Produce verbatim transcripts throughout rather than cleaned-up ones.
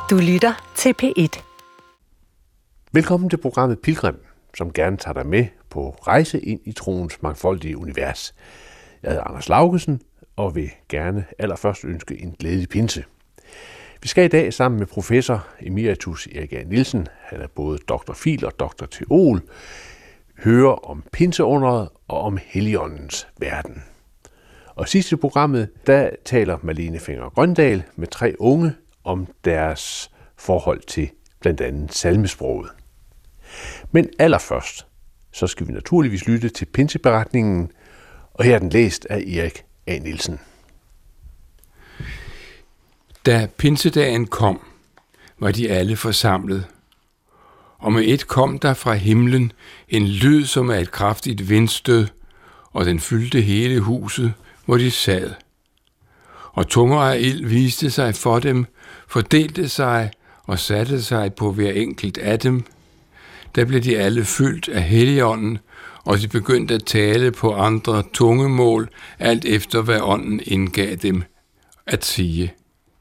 Du lytter til P et. Velkommen til programmet Pilgrim, som gerne tager dig med på rejse ind i troens mangfoldige univers. Jeg hedder Anders Laugesen og vil gerne allerførst ønske en glædelig pinse. Vi skal i dag sammen med professor emeritus Erik A. Nielsen, han er både doktor Phil og doktor Theol, høre om pinseunderet og om Helligåndens verden. Og sidst i programmet, der taler Malene Fenger Grøndal med tre unge om deres forhold til blandt andet salmesproget. Men allerførst, så skal vi naturligvis lytte til pinseberetningen, og her er den læst af Erik A. Nielsen. Da pinsedagen kom, var de alle forsamlet, og med et kom der fra himlen en lyd som af et kraftigt vindstød, og den fyldte hele huset, hvor de sad. Og tunger af ild viste sig for dem, fordelte sig og satte sig på hver enkelt af dem. Der blev de alle fyldt af Helligånden, og de begyndte at tale på andre tungemål, alt efter hvad ånden indgav dem at sige.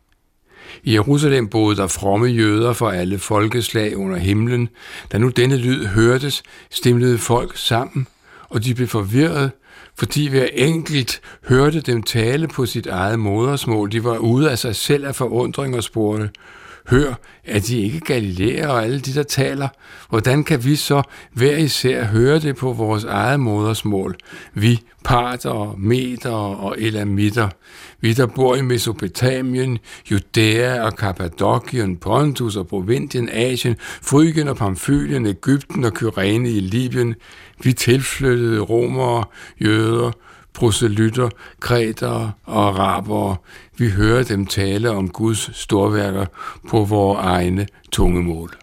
I Jerusalem boede der fromme jøder fra alle folkeslag under himlen. Da nu denne lyd hørtes, stimlede folk sammen, og de blev forvirret, fordi hver enkelt hørte dem tale på sit eget modersmål. De var ude af sig selv af forundring og spurgte: Hør, er de ikke galilæer og alle de, der taler? Hvordan kan vi så hver især høre det på vores eget modersmål? Vi parter, meter og elamitter. Vi, der bor i Mesopotamien, Judæa og Kappadokien, Pontus og Provindien, Asien, Frygien og Pamfylien, Egypten og Kyrene i Libyen. Vi tilflyttede romere, jøder, proselytter, kretere og arabere. Vi hører dem tale om Guds storværker på vores egne tungemål.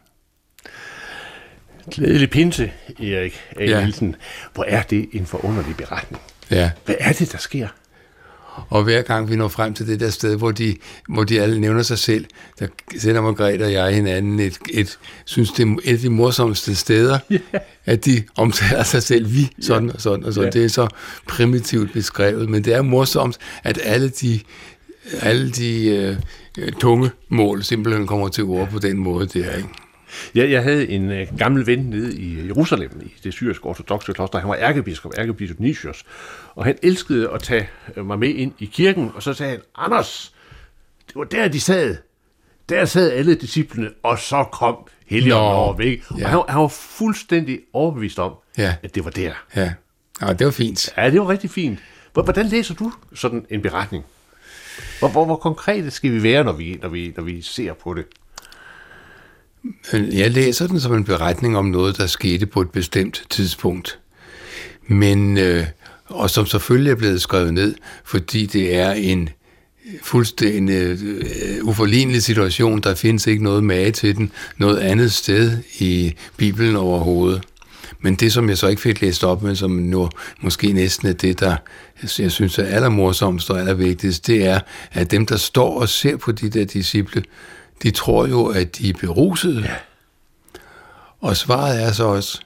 Glædelig pinse, Erik A. Ja. Nielsen. Hvor er det en forunderlig beretning? Ja. Hvad er det, der sker? Og hver gang vi når frem til det der sted, hvor de, hvor de alle nævner sig selv, der sender Margrethe og jeg hinanden et, et, synes det er et af de morsomste steder, yeah. at de omtaler sig selv, vi, sådan yeah. og sådan og sådan. Yeah. Det er så primitivt beskrevet, men det er morsomt, at alle de, alle de øh, tunge mål simpelthen kommer til ord på den måde der, ikke? Ja, jeg havde en øh, gammel ven nede i Jerusalem, i det syriske ortodokse kloster. Han var ærkebiskop, ærkebiskop Dionysius, og han elskede at tage mig med ind i kirken, og så sagde han: Anders, det var der, de sad. Der sad alle disciplene, og så kom Helligånden over væk. Ja. Og han, han var fuldstændig overbevist om, ja. at det var der. Ja. ja, det var fint. Ja, det var rigtig fint. Hvordan læser du sådan en beretning? Hvor, hvor, hvor konkrete skal vi være, når vi, når vi, når vi ser på det? Jeg læser den som en beretning om noget, der skete på et bestemt tidspunkt. Men, øh, og som selvfølgelig er blevet skrevet ned, fordi det er en fuldstændig øh, uforlignelig situation. Der findes ikke noget mage til den noget andet sted i Bibelen overhovedet. Men det, som jeg så ikke fik læst op med, som nu måske næsten er det, der jeg synes er allermorsomst og allervigtigst, det er, at dem, der står og ser på de der disciple, de tror jo, at de er berusede. Ja. Og svaret er så også,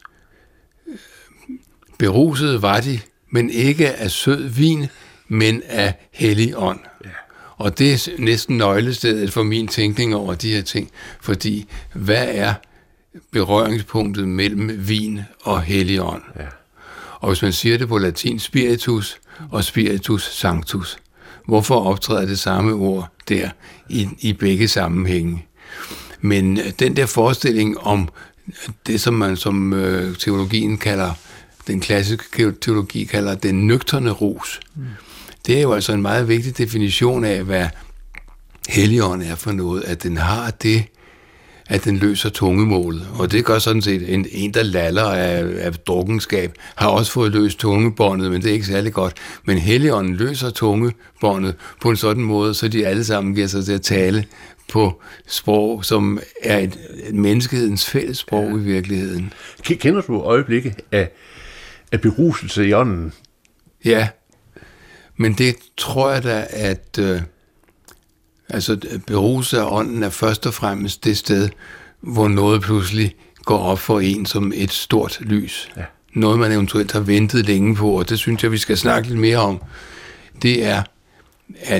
berusede var de, men ikke af sød vin, men af hellig ånd. Ja. Og det er næsten nøglestedet for min tænkning over de her ting, fordi hvad er berøringspunktet mellem vin og hellig ånd? Ja. Og hvis man siger det på latin, spiritus og spiritus sanctus, hvorfor optræder det samme ord der i, i begge sammenhænge? Men den der forestilling om det, som man som øh, teologien kalder, den klassiske teologi kalder den nøgterne rus, mm. det er jo altså en meget vigtig definition af, hvad Helligånden er for noget, at den har det, at den løser tungemålet. Og det gør sådan set en, en der laller af, af drukkenskab, har også fået løst tungebåndet, men det er ikke særlig godt. Men Helligånden løser tungebåndet på en sådan måde, så de alle sammen giver sig til at tale på sprog, som er et, et menneskehedens fælles sprog ja. i virkeligheden. Kender du øjeblikket af, af beruselse i ånden? Ja, men det tror jeg da, at øh, altså beruselse af ånden er først og fremmest det sted, hvor noget pludselig går op for en som et stort lys. Ja. Noget, man eventuelt har ventet længe på, og det synes jeg, vi skal snakke lidt mere om. Det er, at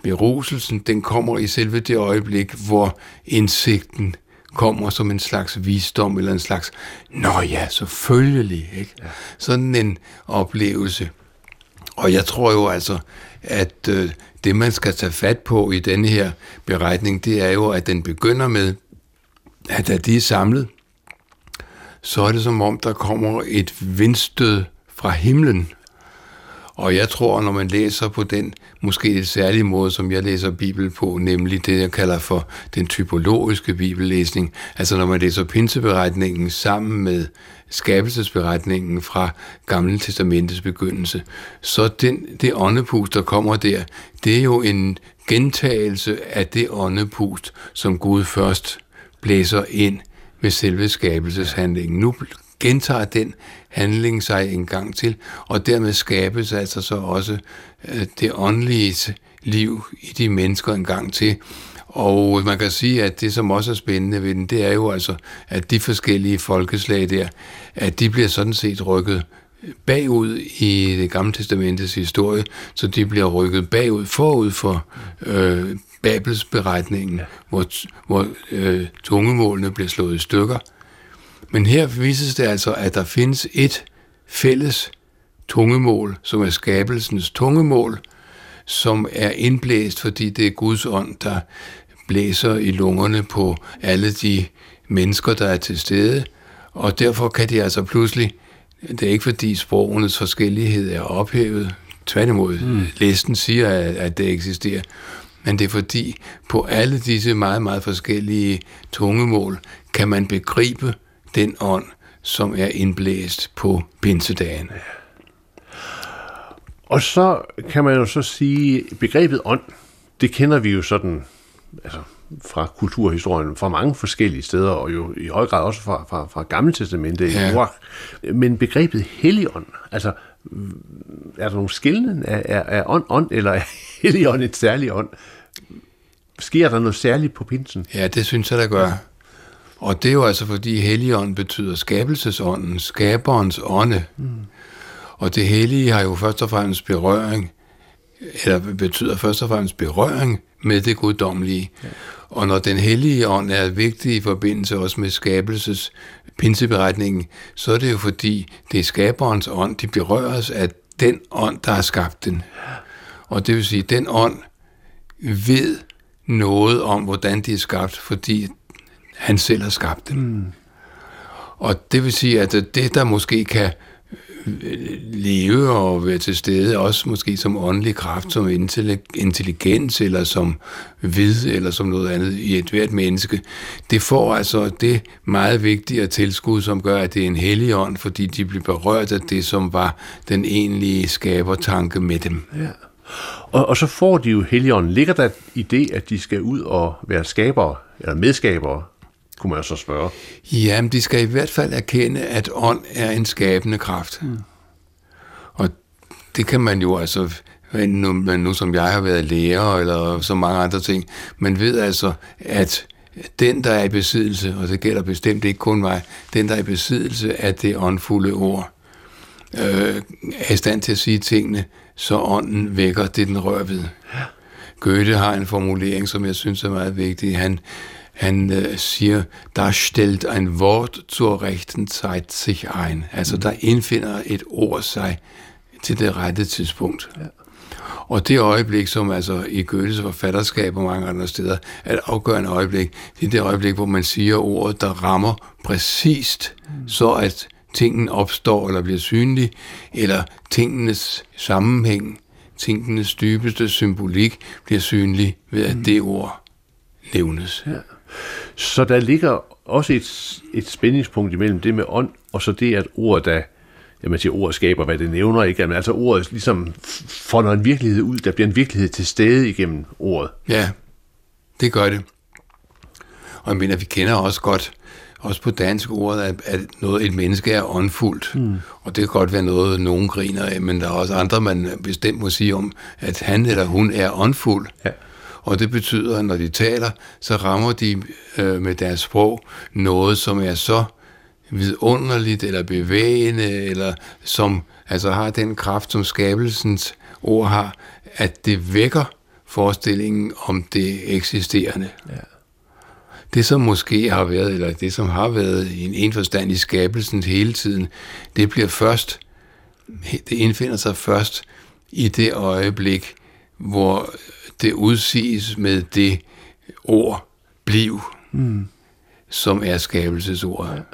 beruselsen, den kommer i selve det øjeblik, hvor indsigten kommer som en slags visdom, eller en slags, nå ja, selvfølgelig, ikke? Ja. Sådan en oplevelse. Og jeg tror jo altså, at øh, det, man skal tage fat på i denne her beretning, det er jo, at den begynder med, at da de er samlet, så er det som om, der kommer et vindstød fra himlen. Og jeg tror, når man læser på den måske lidt særlige måde, som jeg læser Bibelen på, nemlig det, jeg kalder for den typologiske bibellæsning, altså når man læser pinseberetningen sammen med skabelsesberetningen fra Gamle Testamentets begyndelse, så den, det åndepust, der kommer der, det er jo en gentagelse af det åndepust, som Gud først blæser ind med selve skabelseshandlingen. Nu gentager den handling sig en gang til, og dermed skabes altså så også øh, det åndelige liv i de mennesker en gang til. Og man kan sige, at det, som også er spændende ved den, det er jo altså, at de forskellige folkeslag der, at de bliver sådan set rykket bagud i det Gamle Testamentets historie, så de bliver rykket bagud forud for øh, Babels beretningen, ja. hvor, hvor øh, tungemålene bliver slået i stykker. Men her vises det altså, at der findes et fælles tungemål, som er skabelsens tungemål, som er indblæst, fordi det er Guds ånd, der blæser i lungerne på alle de mennesker, der er til stede, og derfor kan de altså pludselig, det er ikke fordi sprogenes forskellighed er ophævet, tværtimod, mm. listen siger, at det eksisterer, men det er fordi, på alle disse meget, meget forskellige tungemål, kan man begribe den ånd, som er indblæst på pinsedagen. Og så kan man jo så sige, begrebet ånd, det kender vi jo sådan, altså fra kulturhistorien, fra mange forskellige steder, og jo i høj grad også fra, fra, fra Gamle Testamentet. Ja. Men begrebet helligånd, altså er der nogle skillende? Er, er, er ånd ånd, eller er helligånd et særligt ånd? Sker der noget særligt på pinsen? Ja, det synes jeg, der gør. Og det er jo altså, fordi helligånd betyder skabelsesånden, skaberens ånde. Mm. Og det hellige har jo først og fremmest berøring, eller betyder først og fremmest berøring med det guddommelige. Ja. Og når den hellige ånd er vigtig i forbindelse også med skabelses pinseberetningen, så er det jo fordi, det er skaberens ånd, de berøres af den ånd, der har skabt den. Og det vil sige, at den ånd ved noget om, hvordan de er skabt, fordi han selv har skabt dem. Mm. Og det vil sige, at det, der måske kan leve og være til stede, også måske som åndelig kraft, som intelligens, eller som vid, eller som noget andet i et hvert menneske, det får altså det meget vigtige tilskud, som gør, at det er en hellig ånd, fordi de bliver berørt af det, som var den egentlige skabertanke med dem. Ja. Og, og så får de jo helligånden. Ligger der i det, at de skal ud og være skabere, eller medskabere, kunne man jo så spørge? Jamen, de skal i hvert fald erkende, at ånd er en skabende kraft. Mm. Og det kan man jo altså, nu, nu som jeg har været lærer, eller så mange andre ting, man ved altså, at den, der er i besiddelse, og det gælder bestemt ikke kun mig, den, der er i besiddelse af det åndfulde ord, øh, er i stand til at sige tingene, så ånden vækker det, den rører ved. Ja. Goethe har en formulering, som jeg synes er meget vigtig. Han, han øh, siger, der stellt ein Wort zur rechten Zeit sich ein. Altså, mm. der indfinder et ord sig til det rette tidspunkt. Ja. Og det øjeblik, som altså i Goethes forfatterskab og mange andre steder, er et afgørende øjeblik, det er det øjeblik, hvor man siger ordet, der rammer præcist, mm. så at tingene opstår eller bliver synlige, eller tingenes sammenhæng, tingenes dybeste symbolik bliver synlig ved, at det ord levnes. Ja. Så der ligger også et, et spændingspunkt imellem det med ånd, og så det, at ordet, der, ja, man siger, ordet skaber, hvad det nævner, ikke? Men altså ordet ligesom folder en virkelighed ud, der bliver en virkelighed til stede igennem ordet. Ja, det gør det. Og jeg mener, vi kender også godt, også på dansk ordet, at, at noget, et menneske er åndfuldt. Mm. Og det kan godt være noget, nogen griner af, men der er også andre, man bestemt må sige om, at han eller hun er åndfuld. Ja. Og det betyder, at når de taler, så rammer de øh, med deres sprog noget, som er så vidunderligt eller bevægende, eller som altså har den kraft, som skabelsens ord har, at det vækker forestillingen om det eksisterende. Ja. Det, som måske har været, eller det, som har været i en forstand i skabelsen hele tiden, det bliver først, det indfinder sig først i det øjeblik, hvor det udsiges med det ord, bliv, mm. som er skabelsesordet. Ja.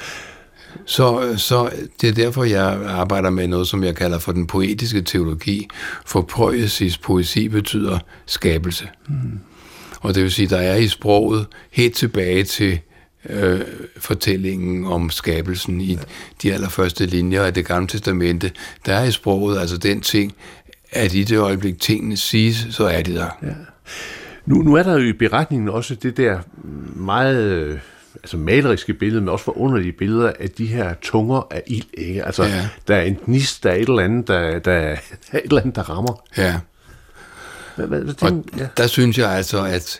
Så, så det er derfor, jeg arbejder med noget, som jeg kalder for den poetiske teologi. For poesis, poesi betyder skabelse. Mm. Og det vil sige, der er i sproget helt tilbage til øh, fortællingen om skabelsen i de allerførste linjer af Det Gamle Testamente. Der er i sproget altså den ting, at i det øjeblik tingene siges, så er det der. Ja. Nu, nu er der jo i beretningen også det der meget altså maleriske billede, men også forunderlige billeder af de her tunger af ild, ikke? Altså, ja. Der er en gnist, der er et eller andet, der, der, er et eller andet, der rammer. Ja. Hvad, hvad, hvad tænker, og ja. Der synes jeg altså, at,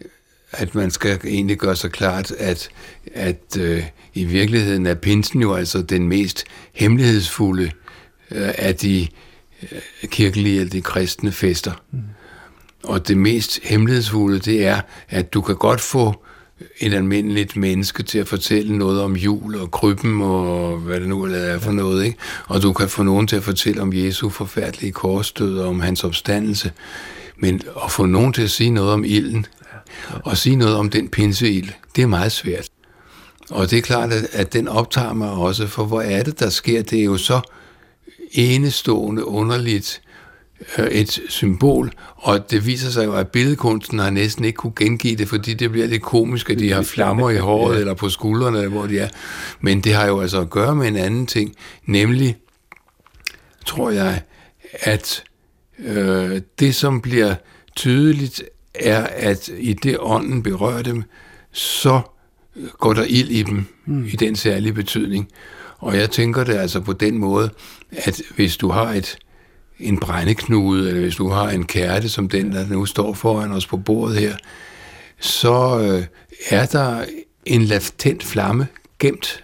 at man skal egentlig gøre sig klart, at, at øh, i virkeligheden er pinsen jo altså den mest hemmelighedsfulde øh, af de øh, kirkelige eller de kristne fester. Mm. Og det mest hemmelighedsfulde, det er, at du kan godt få et almindeligt menneske til at fortælle noget om jul og krybben og hvad det nu er for noget, ikke? Og du kan få nogen til at fortælle om Jesu forfærdelige korsdød og om hans opstandelse. Men at få nogen til at sige noget om ilden, og sige noget om den pinseild, det er meget svært. Og det er klart, at, at den optager mig også, for hvor er det, der sker? Det er jo så enestående, underligt, et symbol, og det viser sig jo, at billedkunsten har næsten ikke kunne gengive det, fordi det bliver lidt komisk, at de har flammer i håret eller på skuldrene, hvor de er. Men det har jo altså at gøre med en anden ting, nemlig, tror jeg, at øh, det, som bliver tydeligt, er, at i det ånden berører dem, så går der ild i dem, mm. i den særlige betydning. Og jeg tænker det altså på den måde, at hvis du har et en brændeknude, eller hvis du har en kærte, som den, der nu står foran os på bordet her, så øh, er der en latent flamme gemt.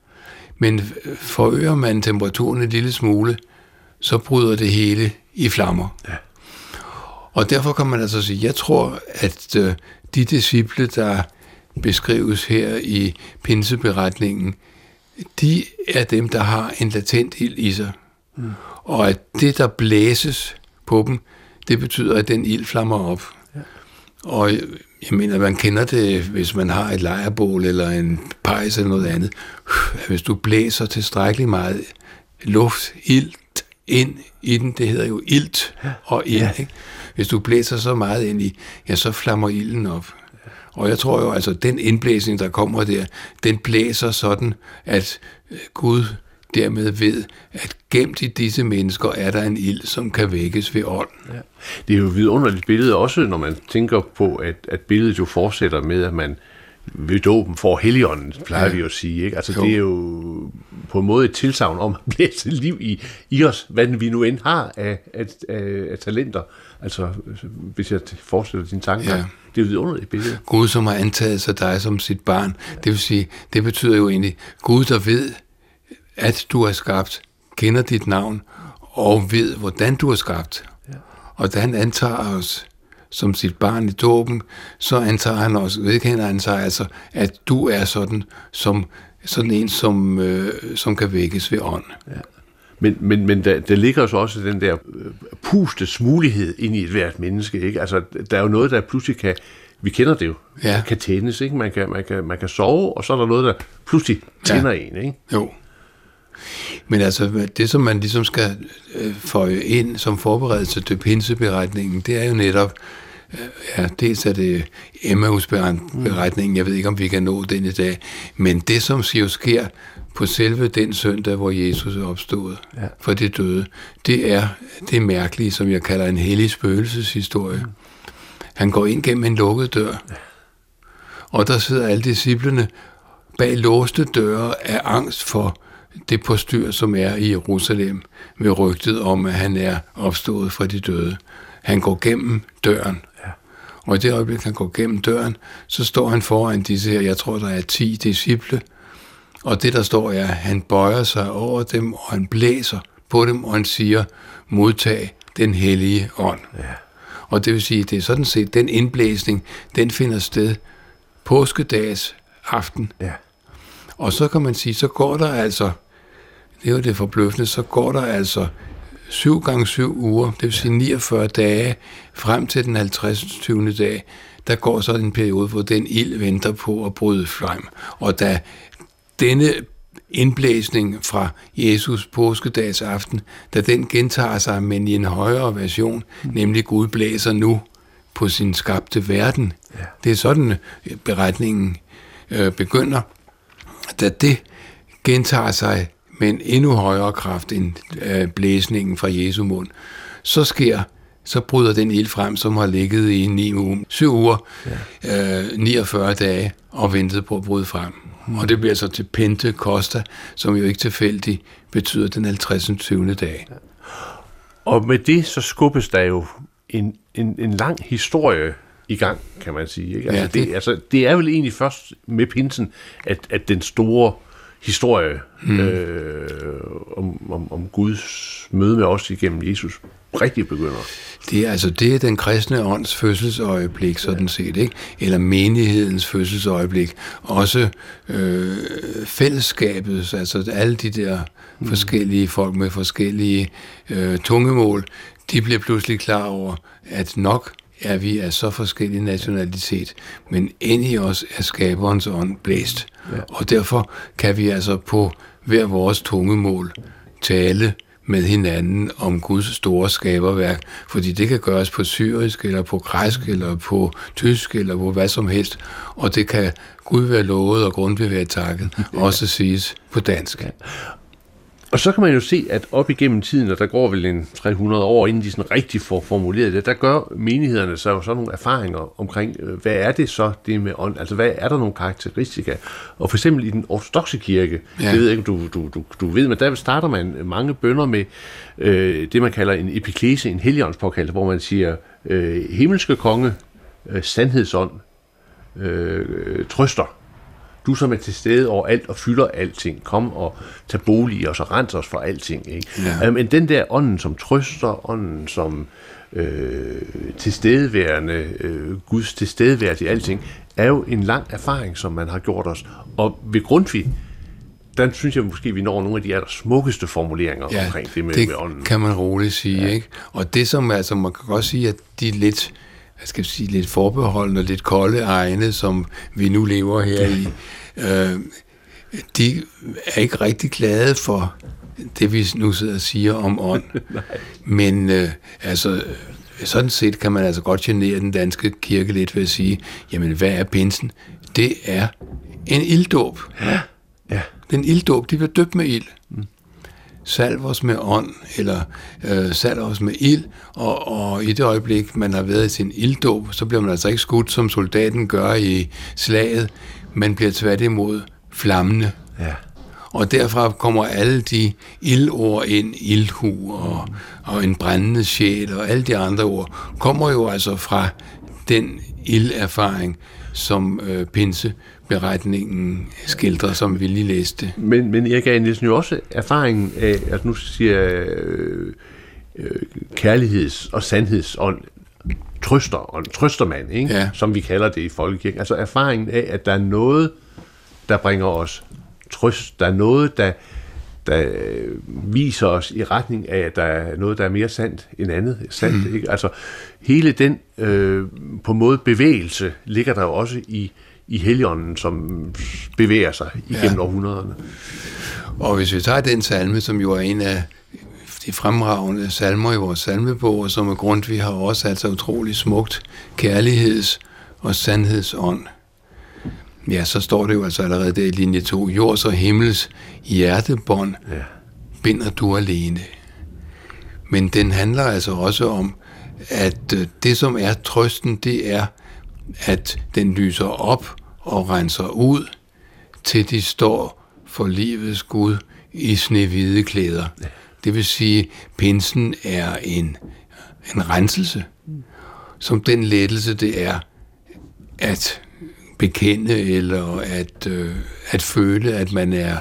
Men forøger man temperaturen en lille smule, så bryder det hele i flammer. Ja. Og derfor kan man altså sige, jeg tror, at øh, de disciple, der beskrives her i pinseberetningen, de er dem, der har en latent ild i sig. Mm. Og at det, der blæses på dem, det betyder, at den ild flammer op. Ja. Og jeg mener, man kender det, hvis man har et lejrebål eller en pejs eller noget andet. Hvis du blæser tilstrækkeligt meget luft, ilt ind i den, det hedder jo ilt og ild. Ja. Ikke? Hvis du blæser så meget ind i, ja, så flammer ilden op. Og jeg tror jo, altså, den indblæsning, der kommer der, den blæser sådan, at Gud dermed ved, at gemt i disse mennesker er der en ild, som kan vækkes ved ånd. Ja. Det er jo et vidunderligt billede, også når man tænker på, at, at billedet jo fortsætter med, at man ved dåben får Helligånden, plejer ja. vi jo at sige. Ikke? Altså, det er jo på en måde et tilsagn om at blæse liv i, i os, hvad vi nu end har af, af, af, af talenter. Altså, hvis jeg forestiller dine tanker. Ja. Det er jo et vidunderligt billede. Gud, som har antaget sig dig som sit barn. Ja. Det vil sige, det betyder jo egentlig, Gud, der ved, at du er skabt, kender dit navn, og ved, hvordan du er skabt. Ja. Og da han antager os som sit barn i dåben, så antager han også, vedkender han sig altså, at du er sådan, som, sådan en, som, øh, som kan vækkes ved ånd. Ja. Men, men, men der, der ligger så også den der pustes mulighed ind i et hvert menneske, ikke? Altså, der er jo noget, der pludselig kan, vi kender det jo, ja. kan tændes, ikke? Man kan, man, kan, man kan sove, og så er der noget, der pludselig tænder ja. en, ikke? Jo. Men altså, det som man ligesom skal øh, føje ind som forberedelse til pinseberetningen, det er jo netop, øh, ja, dels er det Emmaus-beretningen, jeg ved ikke, om vi kan nå den i dag, men det, som jo sker på selve den søndag, hvor Jesus er opstået ja. for det døde, det er det mærkelige, som jeg kalder en hellig spøgelseshistorie. Mm. Han går ind gennem en lukket dør, ja. og der sidder alle disciplene bag låste døre af angst for det postyr, som er i Jerusalem, med rygtet om, at han er opstået fra de døde. Han går gennem døren. Ja. Og i det øjeblik, han går gennem døren, så står han foran disse her, jeg tror, der er ti disciple. Og det, der står, er, at han bøjer sig over dem, og han blæser på dem, og han siger, modtag den hellige ånd. Ja. Og det vil sige, det er sådan set, den indblæsning, den finder sted påskedags aften. Ja. Og så kan man sige, så går der altså, det er jo det forbløffende, så går der altså syv gange syv uger, det vil sige niogfyrre dage, frem til den halvtredsindstyvende dag, der går så en periode, hvor den ild venter på at bryde frem. Og da denne indblæsning fra Jesus påskedags aften, da den gentager sig, men i en højere version, nemlig Gud blæser nu på sin skabte verden. Ja. Det er sådan, beretningen øh, begynder. Da det gentager sig med en endnu højere kraft end øh, blæsningen fra Jesu mund, så sker, så bryder den ild frem, som har ligget i ni uger, syv uger, ja. øh, niogfyrre dage og ventet på at bryde frem. Mm. Og det bliver så til Pentecosta, som jo ikke tilfældigt betyder den halvtredsindstyvende dag. Ja. Og med det så skubbes der jo en, en, en lang historie i gang, kan man sige. Ikke? Altså, ja, det, det, altså, det er vel egentlig først med pinsen, at, at den store historie mm. øh, om, om, om Guds møde med os igennem Jesus rigtig begynder. Det er altså det er den kristne ånds fødselsøjeblik, sådan set, ikke? Eller menighedens fødselsøjeblik. Også øh, fællesskabets, altså alle de der mm. forskellige folk med forskellige øh, tungemål, de bliver pludselig klar over, at nok er vi af så forskellig nationalitet, men ind i os er skaberens ånd blæst. Ja. Og derfor kan vi altså på hver vores tungemål tale med hinanden om Guds store skaberværk, fordi det kan gøres på syrisk, eller på græsk, eller på tysk, eller på hvad som helst, og det kan Gud være lovet, og Grundtvig være takket, ja. Også siges på dansk. Ja. Og så kan man jo se, at op igennem tiden, og der går vel en tre hundrede år, inden de sådan rigtig får formuleret det, der gør menighederne så jo sådan nogle erfaringer omkring, hvad er det så, det med ånd? Altså, hvad er der nogle karakteristika? Og for eksempel i den ortodokse kirke, ja. Det ved jeg ikke, du, du, du, du ved, men der starter man mange bønner med øh, det, man kalder en epiklese, en helligåndspåkaldelse, hvor man siger, øh, himmelske konge, øh, sandhedsånd, øh, trøster. Du som er til stede overalt og fylder alting. Kom og tag bolig og så rens os for alting. Ikke? Ja. Men den der ånden som trøster, ånden som øh, tilstedeværende, øh, Guds tilstedeværelse i alting, er jo en lang erfaring, som man har gjort os. Og ved Grundtvig, der synes jeg måske, vi når nogle af de aller smukkeste formuleringer ja, omkring det med, det med ånden. Kan man roligt sige. Ja. Ikke? Og det som altså, man kan godt sige, at de er lidt... jeg skal sige, lidt forbeholdende og lidt kolde egne, som vi nu lever her i, øh, de er ikke rigtig glade for det, vi nu sidder og siger om ånd. Men øh, altså, sådan set kan man altså godt genere den danske kirke lidt ved at sige, jamen, hvad er pinsen? Det er en ilddåb. Ja. Ja. Den ilddåb, de bliver døbt med ild. Mm. Salv os med ånd, eller øh, salv os med ild, og, og i det øjeblik, man har været i sin ilddåb, så bliver man altså ikke skudt, som soldaten gør i slaget, man bliver tværtimod flammende. Ja. Og derfra kommer alle de ildord ind, ildhu og, og en brændende sjæl, og alle de andre ord, kommer jo altså fra den ilderfaring, som øh, pinseberetningen skildrer, som vi lige læste. Men, men jeg gav Nielsen jo også erfaringen af, at nu siger jeg, øh, øh, kærligheds- og sandhedsånd, trøster, og trøstermand, ikke? Ja. Som vi kalder det i folkekirken. Altså erfaringen af, at der er noget, der bringer os trøst. Der er noget, der, der viser os i retning af, at der er noget, der er mere sandt end andet. Sandt, mm. ikke? Altså hele den øh, på måde bevægelse ligger der jo også i i Helligånden, som bevæger sig igennem ja. århundrederne. Og hvis vi tager den salme, som jo er en af de fremragende salmer i vores salmebog, som er Grundtvig har også altså utrolig smukt kærligheds- og sandhedsånd. Ja, så står det jo altså allerede der i linje to. Jords og himmels hjertebånd ja. binder du alene. Men den handler altså også om, at det, som er trøsten, det er, at den lyser op og renser ud, til de står for livets Gud i snehvide klæder. Det vil sige, pinsen er en, en renselse, som den lettelse det er at bekende eller at, øh, at føle, at man er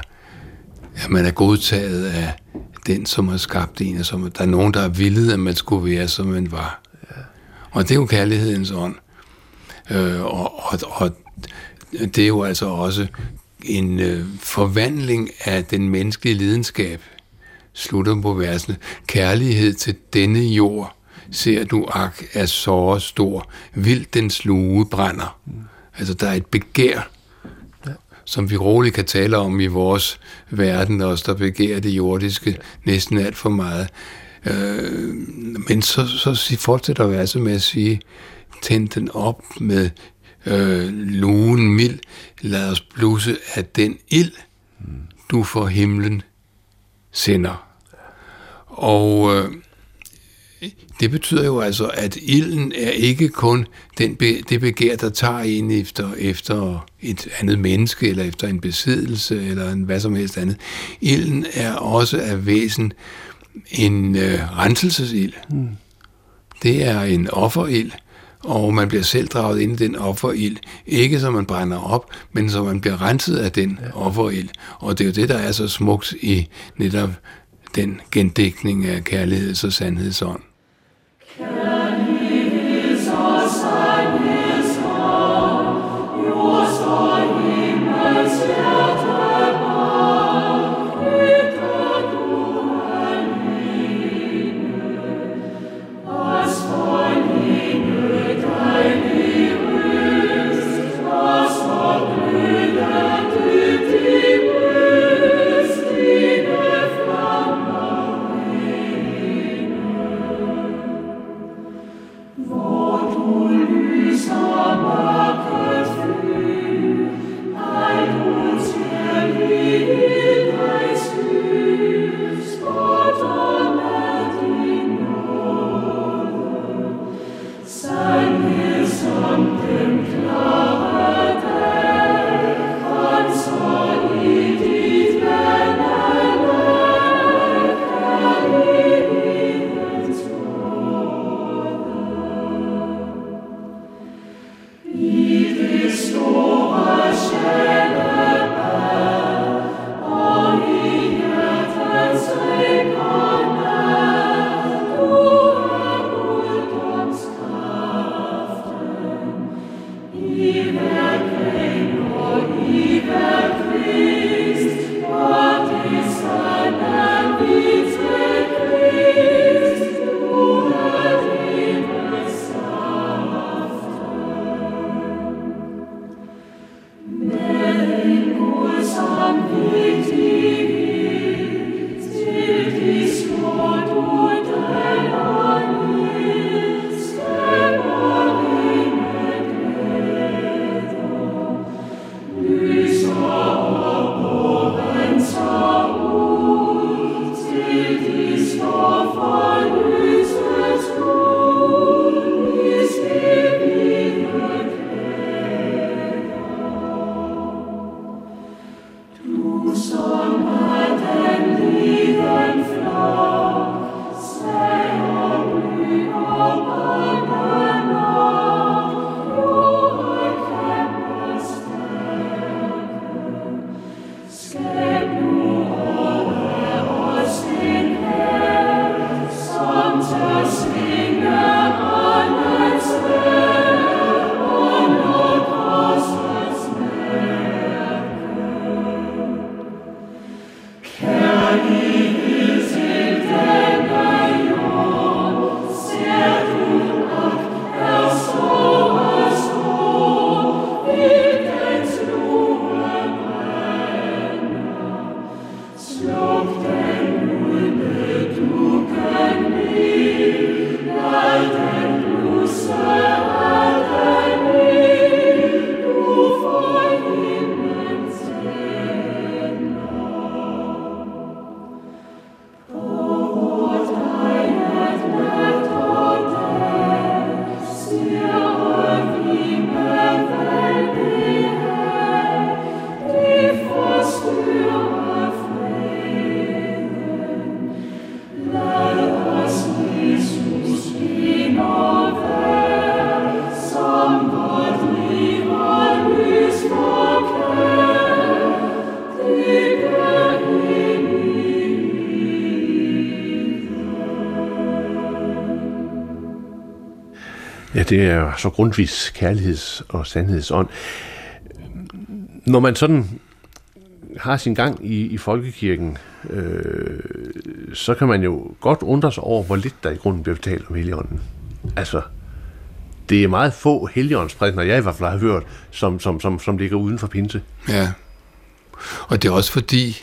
at man er godtaget af den, som har skabt en, og som der er nogen, der har villet, at man skulle være, som man var. Og det er jo kærlighedens ånd. Øh, og, og, og det er jo altså også en øh, forvandling af den menneskelige lidenskab. Slutter på versene. Kærlighed til denne jord, ser du ak, er såre stor, vildt den sluge brænder. Mm. Altså, der er et begær, ja. Som vi roligt kan tale om i vores verden, også der begærer det jordiske næsten alt for meget. Øh, men så, så fortsætter verset med at sige, tænd den op med øh, lugen mild, lad os blusse af den ild, mm. du for himlen sender. Og øh, det betyder jo altså, at ilden er ikke kun den be, det begær, der tager en efter, efter et andet menneske, eller efter en besiddelse, eller en hvad som helst andet. Ilden er også af væsen en øh, renselsesild. Mm. Det er en offerild, og man bliver selv draget ind i den offerild. Ikke så man brænder op, men så man bliver renset af den ja. offerild. Og det er jo det, der er så smukt i netop den gendækning af kærligheds- og sandhedsånd. Kærligheds- og sandhedsånd, jords og himmels hjertebarn, ytter du alene, os forlige dig i røst, os forbløde dybt i bryst, dine flammer rene. Hvor du lyser mørket fly, alt utærlighed dig sky, spotter med din nåde. Sandhed som den klare dag, renser i dit vandende, kærlighedens I det store sjælebad, og i hjertets rikerne, du er guddomskraften. I hver gren og i hver kvist, og det sande hvide Krist, du er livets saft. Med en Gud som vigtighed, til de små du deler ned, stemmer rene glæder, lyser op Det er så Grundtvigs kærligheds- og sandhedsånd. Når man sådan har sin gang i, i folkekirken, øh, så kan man jo godt undre sig over, hvor lidt der i grunden bliver talt om Helligånden. Altså, det er meget få helligåndsprædikener, jeg i hvert fald har hørt, som, som, som, som ligger uden for pinse. Ja, og det er også fordi,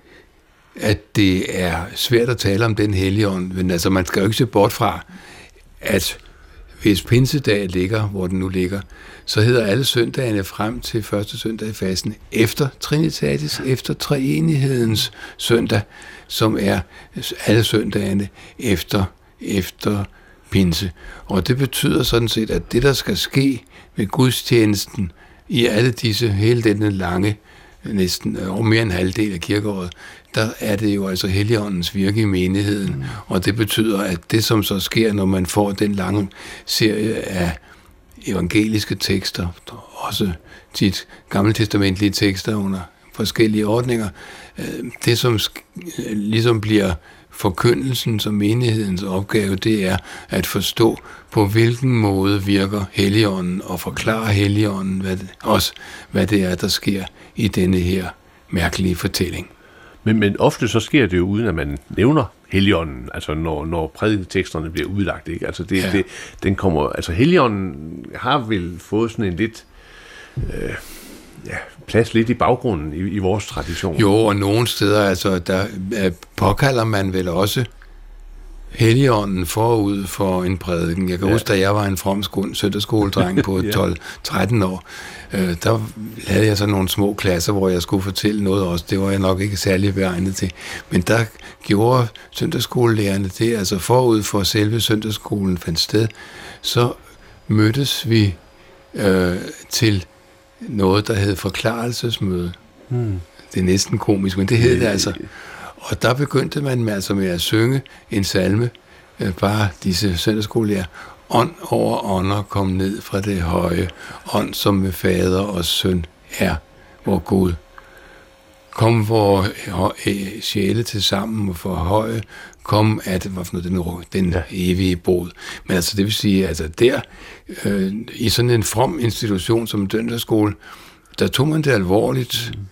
at det er svært at tale om den Helligånd, men altså man skal jo ikke se bort fra, at hvis pinsedag ligger, hvor den nu ligger, så hedder alle søndagene frem til første søndag i fasten efter Trinitatis, efter treenighedens søndag, som er alle søndagene efter, efter pinse. Og det betyder sådan set, at det, der skal ske med gudstjenesten i alle disse, hele denne lange, næsten over mere end halvdel af kirkeåret, der er det jo altså Helligåndens virke i menigheden, mm. og det betyder, at det, som så sker, når man får den lange serie af evangeliske tekster, også tit gammeltestamentlige tekster under forskellige ordninger, det, som ligesom bliver forkyndelsen som menighedens opgave, det er at forstå, på hvilken måde virker Helligånden, og forklare Helligånden hvad det, også, hvad det er, der sker i denne her mærkelige fortælling. Men, men ofte så sker det jo uden, at man nævner Helligånden, altså når, når prædiketeksterne bliver udlagt, ikke? Altså det, ja. det, den kommer, altså Helligånden har vel fået sådan en lidt øh, ja, plads lidt i baggrunden i, i vores tradition. Jo, og nogle steder, altså der øh, påkalder man vel også Helligånden forud for en prædiken. Jeg kan ja. huske, da jeg var en from søndagsskoledreng på ja. tolv tretten år, øh, der havde jeg så nogle små klasser, hvor jeg skulle fortælle noget også. Det var jeg nok ikke særlig beregnet til. Men der gjorde søndagsskolelærerne det, altså forud for selve søndagsskolen fandt sted, så mødtes vi øh, til noget, der hed forklarelsesmøde. Hmm. Det er næsten komisk, men det hed det altså. Og der begyndte man med, altså med at synge en salme, øh, bare disse søndagsskolelærer. Ånd over ånder kom ned fra det høje, ånd som med fader og søn er vor Gud. Kom vor øh, sjæle til sammen og forhøje, kom at, hvad for noget, den, den ja. evige bod. Men altså det vil sige, altså der, øh, i sådan en from institution som en søndagsskole, der tog man det alvorligt, mm.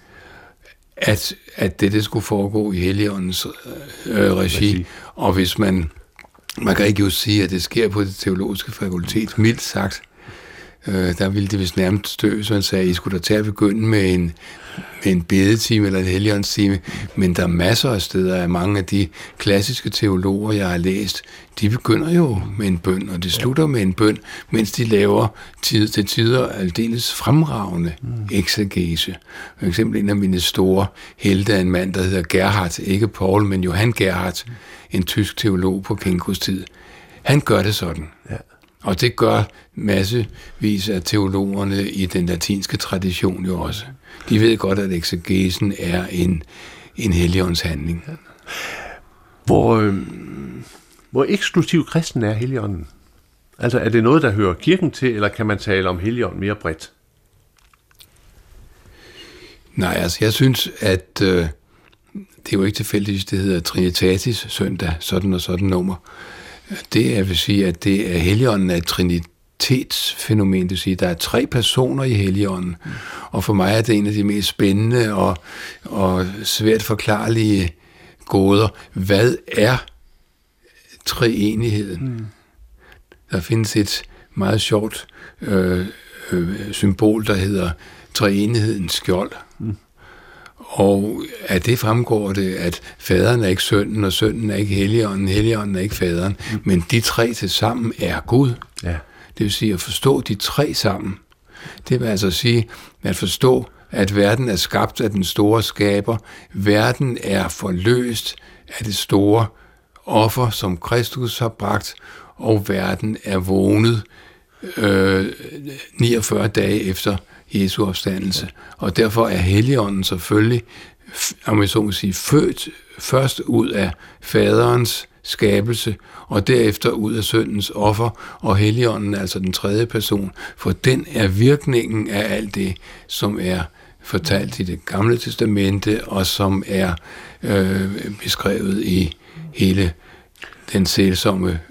at, at det, det skulle foregå i Helligåndens øh, regi, og hvis man, man kan ikke jo sige, at det sker på det teologiske fakultet, mildt sagt, øh, der ville det vist nærmest støve, så han sagde, I skulle da tage at begynde med en, med en bedetime eller en helligåndstime, men der er masser af steder af mange af de klassiske teologer, jeg har læst, de begynder jo med en bøn, og de slutter med en bøn, mens de laver tid til tider aldeles fremragende mm. eksegese. For eksempel en af mine store helte er en mand, der hedder Gerhard, ikke Paul, men Johann Gerhard, mm. en tysk teolog på Kinkos tid. Han gør det sådan. Ja. Og det gør massevis af teologerne i den latinske tradition jo også. De ved godt, at eksegesen er en, en helligåndshandling. Ja. Hvor, øh, hvor eksklusiv kristen er Helligånden? Altså er det noget, der hører kirken til, eller kan man tale om Helligånden mere bredt? Nej, altså jeg synes, at øh, det er jo ikke tilfældigt, det hedder Trinitatis søndag, sådan og sådan nummer. Det er, vil sige, at det er Helligånden er et trinitetsfænomen, det vil sige, at der er tre personer i Helligånden, mm. og for mig er det en af de mest spændende og, og svært forklarlige gåder. Hvad er treenigheden? Mm. Der findes et meget sjovt øh, øh, symbol, der hedder treenighedens skjold. Mm. Og af det fremgår det, at faderen er ikke sønnen, og sønnen er ikke Helligånden, Helligånden er ikke faderen, mm. men de tre til sammen er Gud. Ja. Det vil sige at forstå de tre sammen. Det vil altså sige at forstå, at verden er skabt af den store skaber. Verden er forløst af det store offer, som Kristus har bragt, og verden er vågnet øh, niogfyrre dage efter Jesu opstandelse. Og derfor er Helligånden selvfølgelig, om jeg så må sige, født først ud af faderens skabelse, og derefter ud af syndens offer, og Helligånden er altså den tredje person, for den er virkningen af alt det, som er fortalt i det gamle testamente, og som er øh, beskrevet i hele den sælsomme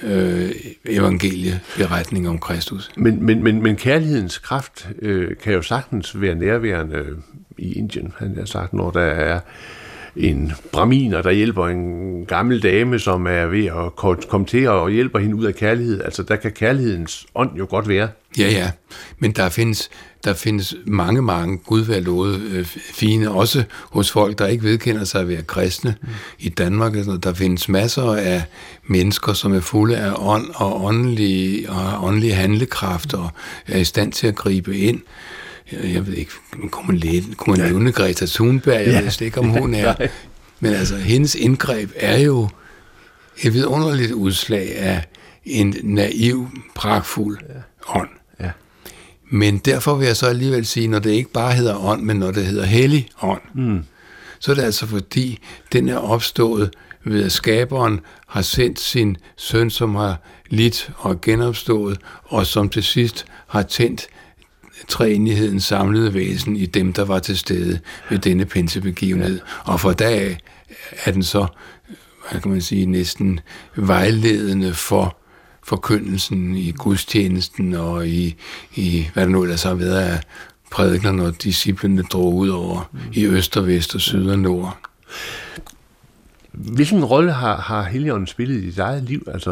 øh, evangelieberetning om Kristus. Men, men, men, men kærlighedens kraft øh, kan jo sagtens være nærværende i Indien, han har sagt, når der er en braminer, der hjælper en gammel dame, som er ved at komme til og hjælper hende ud af kærlighed. Altså, der kan kærlighedens ånd jo godt være. Ja, ja. Men der findes, der findes mange, mange gudværlode øh, fine, også hos folk, der ikke vedkender sig at være kristne mm. i Danmark. Altså, der findes masser af mennesker, som er fulde af ånd og åndelige, og åndelige handlekraft og er i stand til at gribe ind. Jeg ved ikke, kunne man, læne, kunne man nævne Greta Thunberg? Jeg ja. ved slet ikke, om hun er. Men altså, hendes indgreb er jo et vidunderligt udslag af en naiv, pragtfuld ja. ånd. Ja. Men derfor vil jeg så alligevel sige, når det ikke bare hedder ånd, men når det hedder hellig ånd, mm. så er det altså fordi, den er opstået ved at skaberen har sendt sin søn, som har lidt og genopstået, og som til sidst har tændt treenighedens samlede væsen i dem, der var til stede ved denne pinsebegivenhed. Ja. Og for dag er den så, hvad kan man sige, næsten vejledende for forkyndelsen i gudstjenesten og i, i hvad der nu ellers har været af prædikner, når disciplene drog ud over mm. i øst og vest og syd og nord. Hvilken rolle har, har Helligånden spillet i dit eget liv? Altså...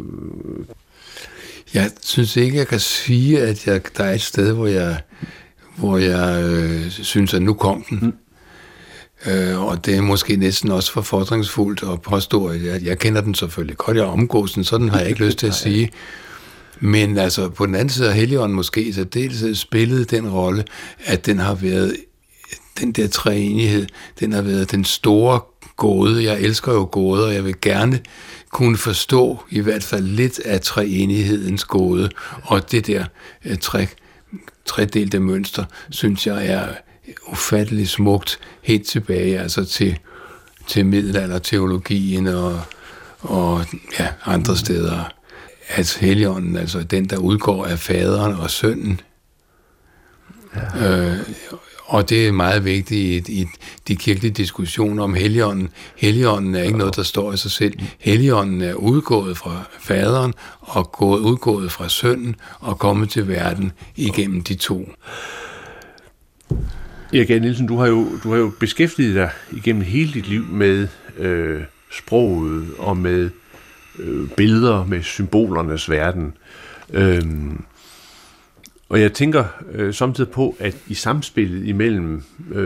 Jeg synes ikke, jeg kan sige, at jeg, der er et sted, hvor jeg, hvor jeg øh, synes, at nu kom den. Mm. Øh, og det er måske næsten også for fordringsfuldt at påstå, at jeg, jeg kender den selvfølgelig godt, jeg omgås den, sådan har jeg ikke lyst til at sige. Men altså, på den anden side af Helligånden måske, så dels spillet den rolle, at den har været, den der treenighed, den har været den store gåde. Jeg elsker jo gåder, og jeg vil gerne kunne forstå i hvert fald lidt af treenighedens gåde, og det der uh, tre, tredelte mønster, synes jeg er ufattelig smukt helt tilbage altså til, til middelalderteologien og, og ja, andre steder. At Helligånden, altså den, der udgår af faderen og sønnen, ja. øh, og det er meget vigtigt i, i de kirkelige diskussioner om Helligånden. Helligånden er ikke noget, der står i sig selv. Helligånden er udgået fra faderen og gået, udgået fra sønnen og kommet til verden igennem de to. Erik A. Nielsen, du har jo, du har jo beskæftiget dig igennem hele dit liv med øh, sproget og med øh, billeder, med symbolernes verden. Øh, Og jeg tænker øh, samtidig på, at i samspillet imellem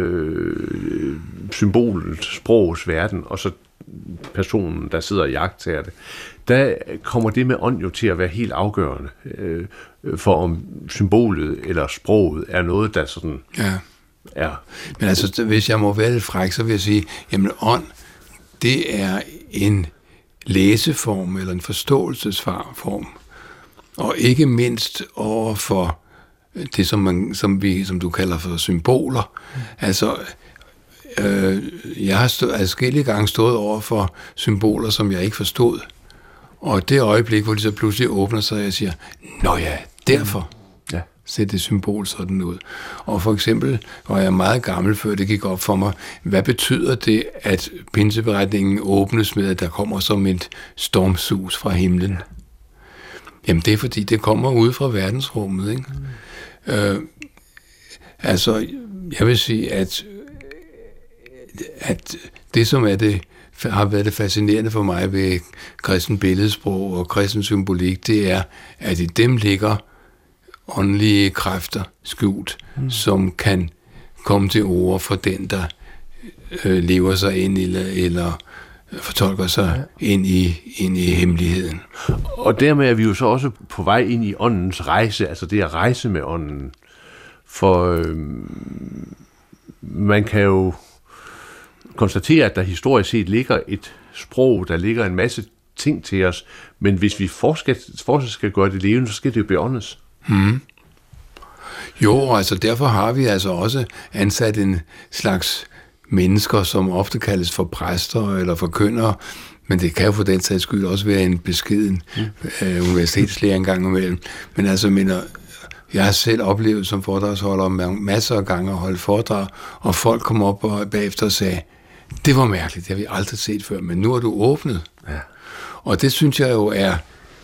øh, symbolet, sprogets verden, og så personen, der sidder og jagttager det, der kommer det med ånd jo til at være helt afgørende øh, for om symbolet eller sproget er noget, der sådan ja. er... Men altså, hvis jeg må være lidt fræk, så vil jeg sige, jamen ånd, det er en læseform eller en forståelsesform, og ikke mindst over for det, som, man, som, vi, som du kalder for symboler. Mm. Altså, øh, jeg har stå, adskillige gange stået over for symboler, som jeg ikke forstod. Og det øjeblik, hvor de så pludselig åbner sig, og jeg siger, nå ja, derfor ja. ser det symbol sådan ud. Og for eksempel var jeg meget gammel, før det gik op for mig, hvad betyder det, at pinseberetningen åbnes med, at der kommer som et stormsus fra himlen? Jamen det er fordi, det kommer ud fra verdensrummet, ikke? Mm. Øh, altså, jeg vil sige, at, at det, som er det, har været det fascinerende for mig ved kristen billedsprog og kristen symbolik, det er, at i dem ligger åndelige kræfter skjult, mm. som kan komme til ord for den, der øh, lever sig ind eller, eller fortolker sig ja. ind, i, ind i hemmeligheden. Og dermed er vi jo så også på vej ind i åndens rejse, altså det at rejse med ånden. For øh, man kan jo konstatere, at der historisk set ligger et sprog, der ligger en masse ting til os, men hvis vi fortsat, fortsat skal gøre det levende, så skal det jo beåndes. Hmm. Jo, altså derfor har vi altså også ansat en slags mennesker, som ofte kaldes for præster eller forkyndere, men det kan jo for den sags skyld også være en beskeden mm. øh, universitetslærer en gang imellem. Men altså, mener, jeg har selv oplevet som foredragsholder masser af gange at holde foredrag, og folk kom op og bagefter og sagde, det var mærkeligt, det har vi aldrig set før, men nu er du åbnet. Ja. Og det synes jeg jo er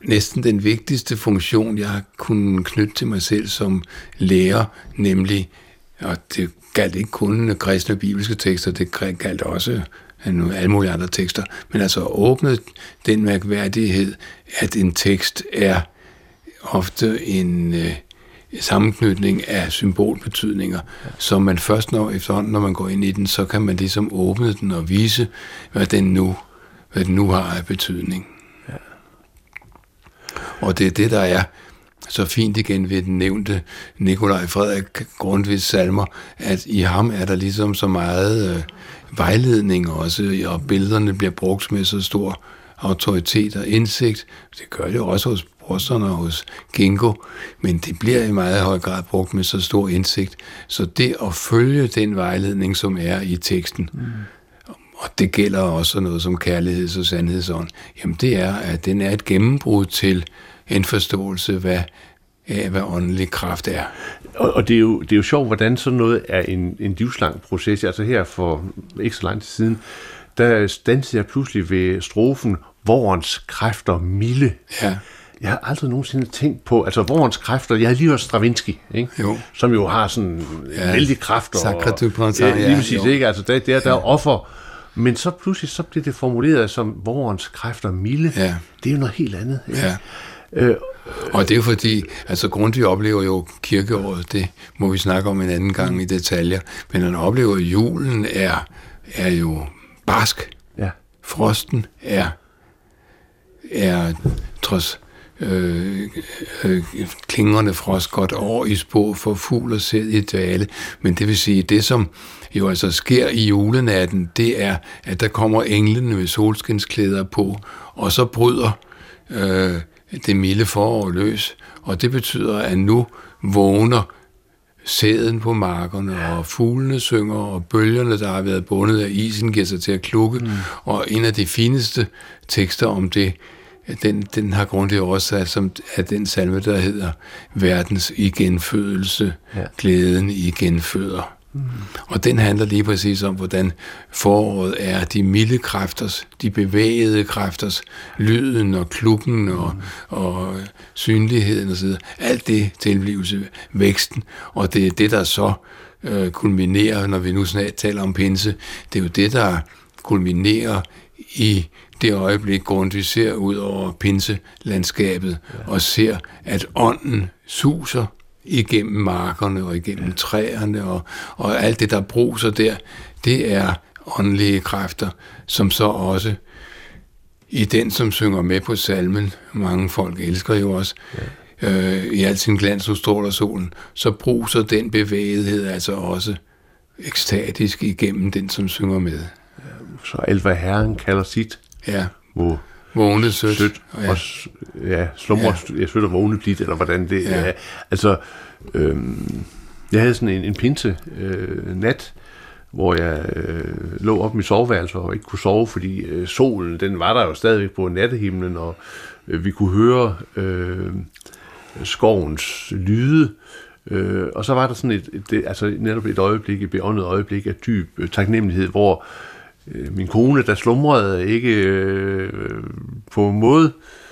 næsten den vigtigste funktion, jeg har kunnet knytte til mig selv som lærer, nemlig, og det galt ikke kun kristne bibelske tekster, det galt også alle mulige andre tekster, men altså at åbne den mærkværdighed, at en tekst er ofte en øh, sammenknytning af symbolbetydninger, som man først når efterhånden, når man går ind i den, så kan man ligesom åbne den og vise, hvad den nu, hvad den nu har af betydning. Ja. Og det er det, der er så fint igen ved den nævnte Nikolaj Frederik Grundtvigs salmer, at i ham er der ligesom så meget øh, vejledning også, og billederne bliver brugt med så stor autoritet og indsigt. Det gør det også hos Brorson og hos Gingo, men det bliver i meget høj grad brugt med så stor indsigt. Så det at følge den vejledning, som er i teksten, mm. og det gælder også noget som kærligheds- og sandhedsånd, jamen det er, at den er et gennembrud til en forståelse hvad, af, hvad åndelig kraft er. Og, og det, er jo, det er jo sjovt, hvordan sådan noget er en, en livslang proces. Altså her for ikke så lang tid siden, der standsede jeg pludselig ved strofen, vorens kræfter milde. Ja. Jeg har aldrig nogensinde tænkt på, altså vorens kræfter, jeg har lige hørt Stravinsky, ikke? Jo. Som jo har sådan ja. vældig kræfter. Sacre du printemps, ja. Lige præcis, ja, ikke? Altså der, der, der ja. er offer. Men så pludselig så bliver det formuleret som vorens kræfter milde. Ja. Det er jo noget helt andet. Ikke? Ja. Øh, og det er jo fordi, altså Grundtvig oplever jo kirkeåret, det må vi snakke om en anden gang i detaljer, men han oplever, at julen er, er jo barsk. Ja. Frosten er, er trods øh, øh, klingerne frost godt over i spå for fugl og sæd i dvale, men det vil sige, det som jo altså sker i julenatten, det er, at der kommer englene med solskinsklæder på, og så bryder øh, det milde forår løs, og det betyder, at nu vågner sæden på markerne, og fuglene synger, og bølgerne, der har været bundet af isen, giver sig til at klukke, mm. og en af de fineste tekster om det, den, den har Grundtvig oversat som af den salme, der hedder verdens igenfødelse, ja. Glæden igenføder. Mm. Og den handler lige præcis om, hvordan foråret er de milde kræfters, de bevægede kræfters, lyden og klukken og, mm. og synligheden og så videre. Alt det tilblivelse, væksten, og det er det, der så øh, kulminerer, når vi nu snart taler om pinse, det er jo det, der kulminerer i det øjeblik, Grundtvig ser ud over pinselandskabet ja. og ser, at ånden suser igennem markerne og igennem ja. træerne og, og alt det, der bruser der, det er åndelige kræfter, som så også i den, som synger med på salmen, mange folk elsker jo også, ja. øh, i al sin glans og stråler solen, så bruser den bevægethed altså også ekstatisk igennem den, som synger med. Ja, så alt, hvad Herren kalder sit, ja. må vågne sødt, sødt ja. og ja, slumre ja. sødt og vågne blidt, eller hvordan det ja. er. Altså, øhm, jeg havde sådan en, en pinse øh, nat, hvor jeg øh, lå op i mit soveværelse og ikke kunne sove, fordi øh, solen, den var der jo stadigvæk på nattehimlen, og øh, vi kunne høre øh, skovens lyde, øh, og så var der sådan et, et, altså netop et øjeblik, et beåndet øjeblik af dyb øh, taknemmelighed, hvor øh, min kone, der slumrede ikke øh, på en måde,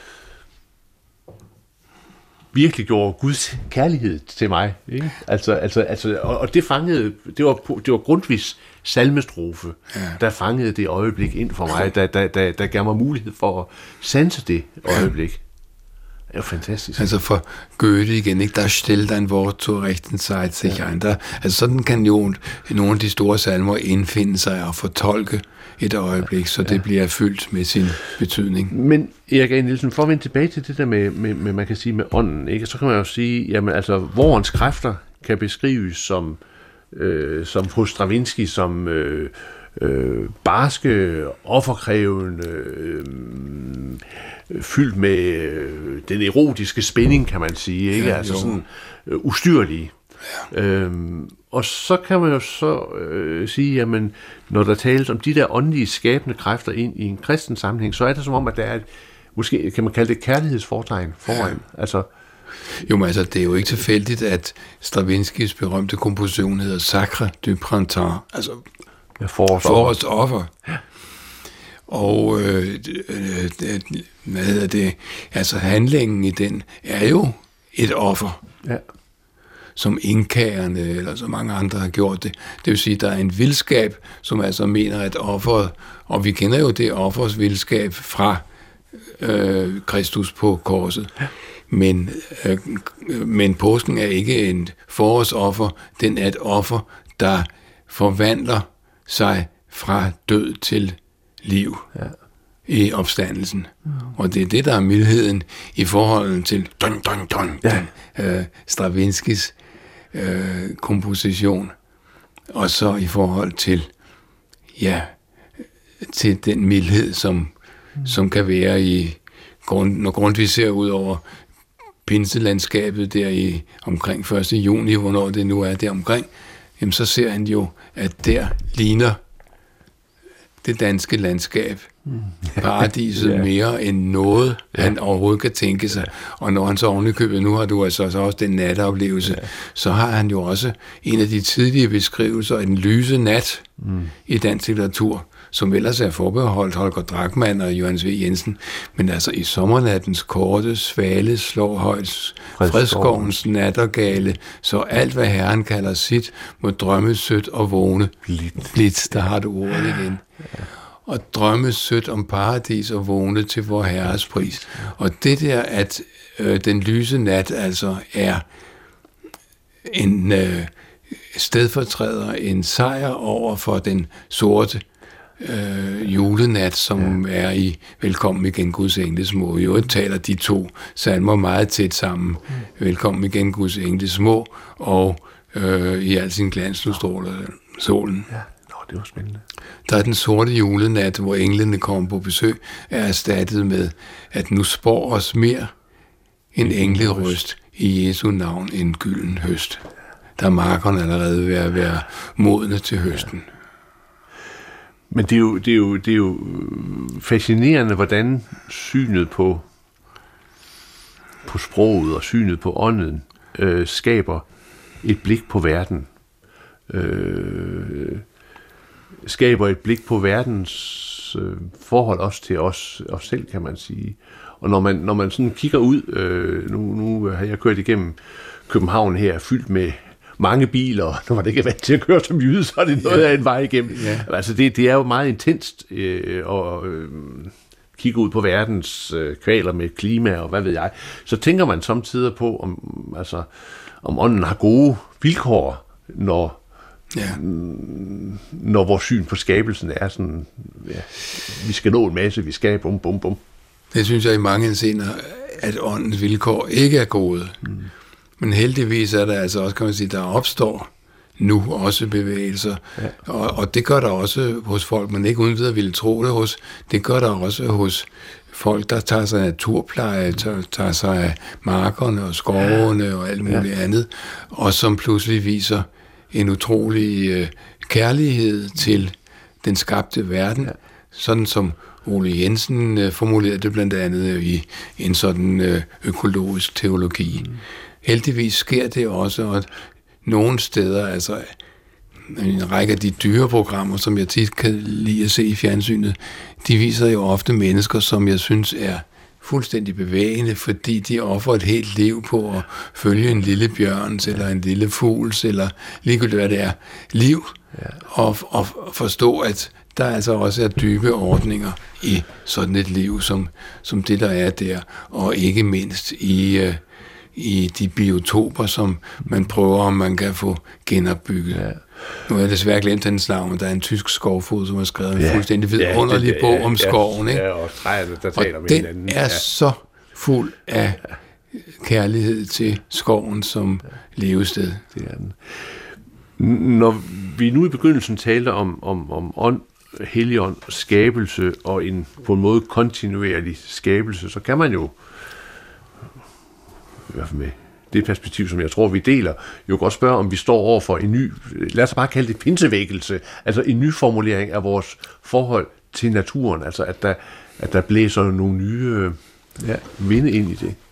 virkelig gjorde Guds kærlighed til mig, ikke? Altså, altså, altså, og, og det fangede, det var, det var Grundtvigs salmestrofe, ja. der fangede det øjeblik ind for mig, der, der, der, der gav mig mulighed for at sanse det øjeblik. Det er jo fantastisk. Altså for Goethe igen, ikke? Der stellt ein Wort zur rechten Zeit sich ein. Der, altså sådan kan jo nogle af de store salmer indfinde sig og fortolke et øjeblik, så det ja. bliver fyldt med sin betydning. Men Erik A. Nielsen, for at vende tilbage til det der med, med, med man kan sige med ånden, ikke? Så kan man jo sige, jamen altså, vorens kræfter kan beskrives som, øh, som hos Stravinsky, som øh, øh, barske, offerkrævende, øh, fyldt med øh, den erotiske spænding, kan man sige, ikke? Ja, altså jo. sådan øh, ustyrlige. Ja. Øhm, og så kan man jo så øh, sige, jamen, når der tales om de der åndelige skabende kræfter ind i en kristen sammenhæng, så er det som om, at der er et, måske kan man kalde det kærlighedsfortegn foran. Ja. Altså, jo, men altså, det er jo ikke tilfældigt, at Stravinskys berømte komposition hedder Sacre du printemps, altså ja, forårs offer. Ja. Og øh, øh, hvad hedder det? Altså handlingen i den er jo et offer, Ja. som inkaerne eller så mange andre har gjort det. Det vil sige, at der er en vildskab, som altså mener, at offeret, og vi kender jo det offers vildskab fra øh, Kristus på korset. Ja. Men, øh, men påsken er ikke en forårsoffer, den er et offer, der forvandler sig fra død til liv Ja. i opstandelsen. Mm. Og det er det, der er mildheden i forhold til dun, dun, dun, Ja. den, øh, Stravinskys øh, komposition, og så i forhold til ja, til den mildhed, som, mm. som kan være i grund, når Grundtvig ser ud over pinselandskabet der i omkring første juni, hvornår det nu er der omkring, jamen så ser han jo, at der ligner det danske landskab, mm. paradiset Ja. mere end noget, Ja. han overhovedet kan tænke sig. Og når han så ovenikøbet, nu har du altså så også den natoplevelse, ja. så har han jo også en af de tidlige beskrivelser af den lyse nat mm. i dansk litteratur, som ellers er forbeholdt Holger Drachmann og Johannes V. Jensen, men altså i sommernattens korte, svale, slår højt, fredskovens nattergale, så alt hvad Herren kalder sit, må drømme sødt og vågne. Blidt. Blidt, der har du ordet igen. Ja. Og drømme sødt om paradis og vågne til vor Herres pris. Og det der, at øh, den lyse nat altså er en øh, stedfortræder, en sejr over for den sorte øh, julenat, som ja. er i Velkommen igen, Guds engle små. I øvrigt taler de to salmer meget tæt sammen. Mm. Velkommen igen, Guds engle små, og øh, i al sin glans nu stråler solen. Ja. Nå, det var spændende. Der er den sorte julenat, hvor englene kommer på besøg, er erstattet med, at nu spår os mere en englerøst i Jesu navn en gylden høst. Der er markerne allerede ved at være modne til høsten. Men det er jo, det er jo, det er jo fascinerende, hvordan synet på, på sproget og synet på ånden øh, skaber et blik på verden. Øh, skaber et blik på verdens øh, forhold også til os, os selv, kan man sige. Og når man, når man sådan kigger ud, øh, nu, nu har jeg kørt igennem København her, fyldt med mange biler, og når man ikke er vant til at køre som jyde, så er det noget ja. af en vej igennem. Ja. Altså det, det er jo meget intenst øh, at øh, kigge ud på verdens øh, kvaler med klima og hvad ved jeg. Så tænker man samtidig på, om, altså, om ånden har gode vilkår, når Ja. når vores syn på skabelsen er sådan, ja, vi skal nå en masse, vi skal bum, bum, bum. Det synes jeg i mange henseender, at åndens vilkår ikke er gode. Mm. Men heldigvis er der altså også, kan man sige, der opstår nu også bevægelser, ja. og, og det gør der også hos folk, man ikke uden videre ville tro det hos, det gør der også hos folk, der tager sig af naturpleje, tager, tager sig af markerne og skovene ja. og alt muligt ja. andet, og som pludselig viser en utrolig øh, kærlighed til den skabte verden, ja. sådan som Ole Jensen øh, formulerede det blandt andet i en sådan øh, økologisk teologi. Mm. Heldigvis sker det også, og nogle steder, altså en række af de dyreprogrammer, som jeg tit kan lide at se i fjernsynet, de viser jo ofte mennesker, som jeg synes er fuldstændig bevægende, fordi de offer et helt liv på at følge en lille bjørns, eller en lille fugls, eller ligegyldigt hvad det er, liv, ja. og, og forstå, at der altså også er dybe ordninger i sådan et liv, som, som det, der er der, og ikke mindst i, uh, i de biotoper, som man prøver, om man kan få genopbygget. Ja. Nu er jeg desværre glemt hans navn, men der er en tysk skovfod, som har skrevet ja. en fuldstændig vidunderlig ja, bog om ja, skoven. Ikke? Ja, og træerne, der og taler med den hinanden. er ja. så fuld af kærlighed til skoven som ja. levested. Det er den. Når vi nu i begyndelsen talte om, om, om ånd, helligånd, skabelse og en på en måde kontinuerlig skabelse, så kan man jo i hvert fald med det perspektiv, som jeg tror, vi deler, jo godt spørge, om vi står over for en ny, lad os bare kalde det pinsevækkelse, altså en ny formulering af vores forhold til naturen, altså at der, at der blæser nogle nye ja, vinde ind i det.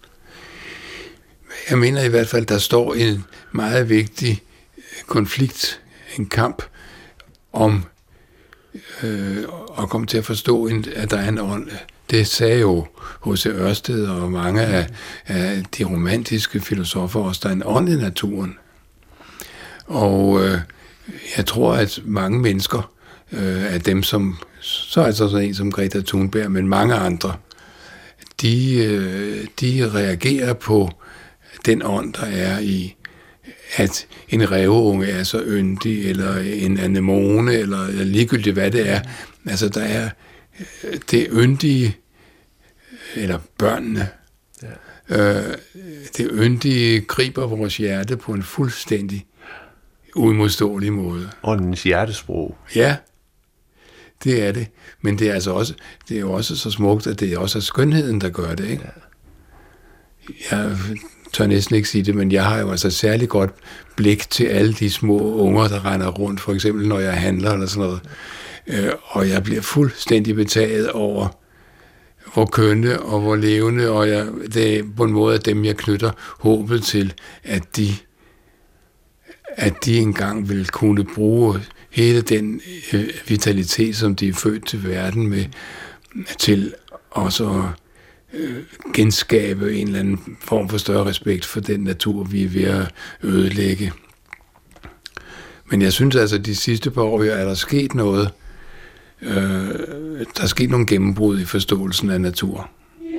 Jeg mener i hvert fald, der står en meget vigtig konflikt, en kamp om øh, og komme til at forstå, at der er en ånd. Det sagde jo H C Ørsted og mange af, af de romantiske filosofer også, der er en ånd i naturen. Og øh, jeg tror, at mange mennesker øh, af dem, som så er så sådan en som Greta Thunberg, men mange andre, de, øh, de reagerer på den ånd, der er i, at en ræveunge er så yndig, eller en anemone, eller, eller ligegyldigt hvad det er. Altså der er det yndige, eller børnene, ja. øh, det yndige griber vores hjerte på en fuldstændig uimodståelig måde. Åndens hjertesprog. Ja, det er det. Men det er altså også, det er jo også så smukt, at det er også skønheden, der gør det, ikke? Ja. Jeg tør næsten ikke sige det, men jeg har jo altså særlig godt blik til alle de små unger, der render rundt, for eksempel når jeg handler eller sådan noget. Øh, og jeg bliver fuldstændig betaget over, hvor kønne og hvor levende, og jeg, det er på en måde af dem, jeg knytter håbet til, at de, at de engang vil kunne bruge hele den øh, vitalitet, som de er født til verden med, til også øh, genskabe en eller anden form for større respekt for den natur, vi er ved at ødelægge. Men jeg synes altså, at de sidste par år er der sket noget. Øh, der er sket nogle gennembrud i forståelsen af natur.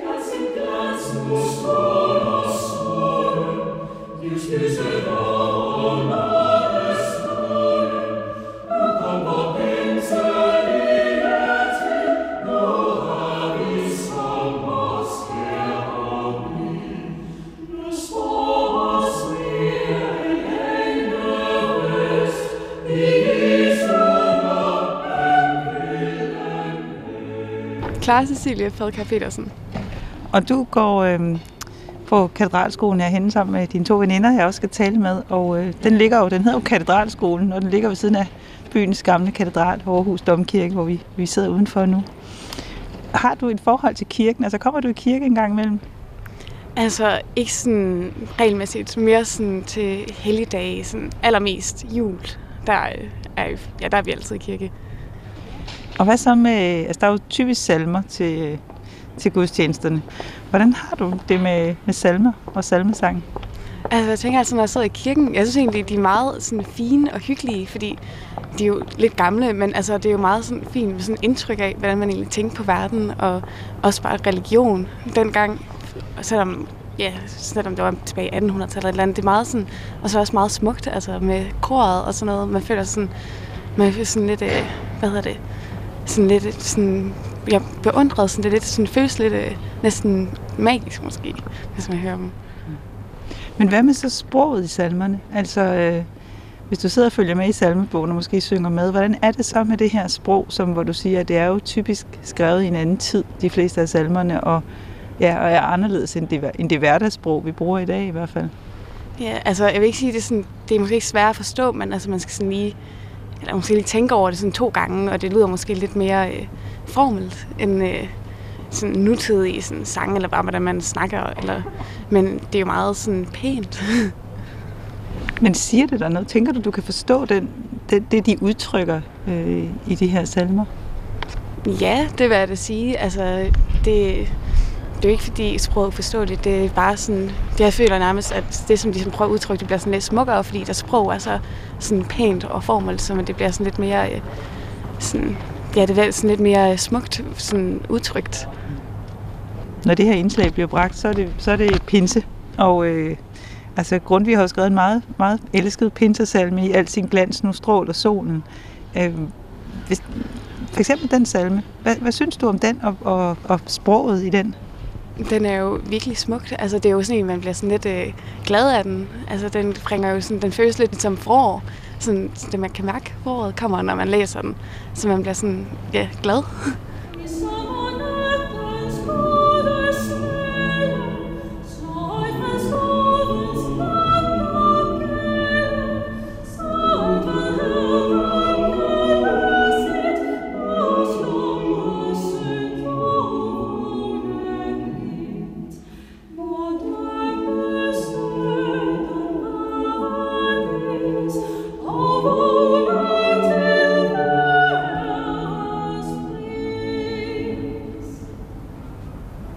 Clara Cecilie Fadkær Petersen. Og du går øh, på Katedralskolen herhenne sammen med dine to veninder, jeg også skal tale med. Og øh, den ligger jo, den hedder jo Katedralskolen, og den ligger ved siden af byens gamle katedral, Aarhus Domkirke, hvor vi, vi sidder udenfor nu. Har du et forhold til kirken? Altså kommer du i kirke en gang imellem? Altså ikke sådan regelmæssigt, mere sådan til helligdage, sådan allermest jul. Der er, ja, der er vi altid i kirke. Og hvad så med, altså der er jo typisk salmer til, til gudstjenesterne. Hvordan har du det med, med salmer og salmesang? Altså jeg tænker altså, når jeg sidder i kirken, jeg synes egentlig, de er meget sådan fine og hyggelige, fordi de er jo lidt gamle, men altså det er jo meget sådan fint med sådan indtryk af, hvordan man egentlig tænker på verden, og også bare religion dengang, selvom, ja, selvom det var tilbage i attenhundredetallet eller andet, det er meget sådan, og så også meget smukt, altså med koret og sådan noget, man føler sådan, man føler sådan lidt, hvad hedder det, sådan lidt, sådan, jeg beundret sådan lidt, sådan føles lidt næsten magisk måske, hvis man hører dem. Men hvad med så sproget i salmerne? Altså, øh, hvis du sidder og følger med i salmebogen og måske synger med, hvordan er det så med det her sprog, som hvor du siger, at det er jo typisk skrevet i en anden tid, de fleste af salmerne, og, ja, og er anderledes end det, end det hverdagssprog, vi bruger i dag i hvert fald? Ja, altså jeg vil ikke sige, at det er, sådan, det er måske ikke svært at forstå, men altså man skal sådan lige, eller måske lige tænke over det sådan to gange, og det lyder måske lidt mere øh, formelt end øh, sådan nutidig sådan sang, eller bare hvordan man snakker, eller, men det er jo meget sådan pænt. Men siger det der noget? Tænker du, du kan forstå den, det, det, de udtrykker øh, i de her salmer? Ja, det vil jeg da sige. Altså, det, det er jo ikke fordi sproget er forståeligt, det er bare sådan, det jeg føler nærmest, at det som de sådan prøver at udtrykke, det bliver sådan lidt smukkere, fordi der sprog er så sådan pænt og formelt, så det bliver sådan lidt mere, øh, sådan, ja, det er sådan lidt mere smukt sådan udtrykt. Når det her indslag bliver bragt, så er det, så er det pinse, og øh, altså Grundtvig har jo skrevet en meget, meget elsket pinsesalme i al sin glans, nu stråler solen. Øh, hvis, for eksempel den salme, hvad, hvad synes du om den og, og, og sproget i den? Den er jo virkelig smukt. Altså, det er jo sådan en, man bliver sådan lidt øh, glad af den. Altså, den bringer jo sådan, den føles lidt som forår. Sådan, det man kan mærke, foråret kommer, når man læser den. Så man bliver sådan, ja, glad.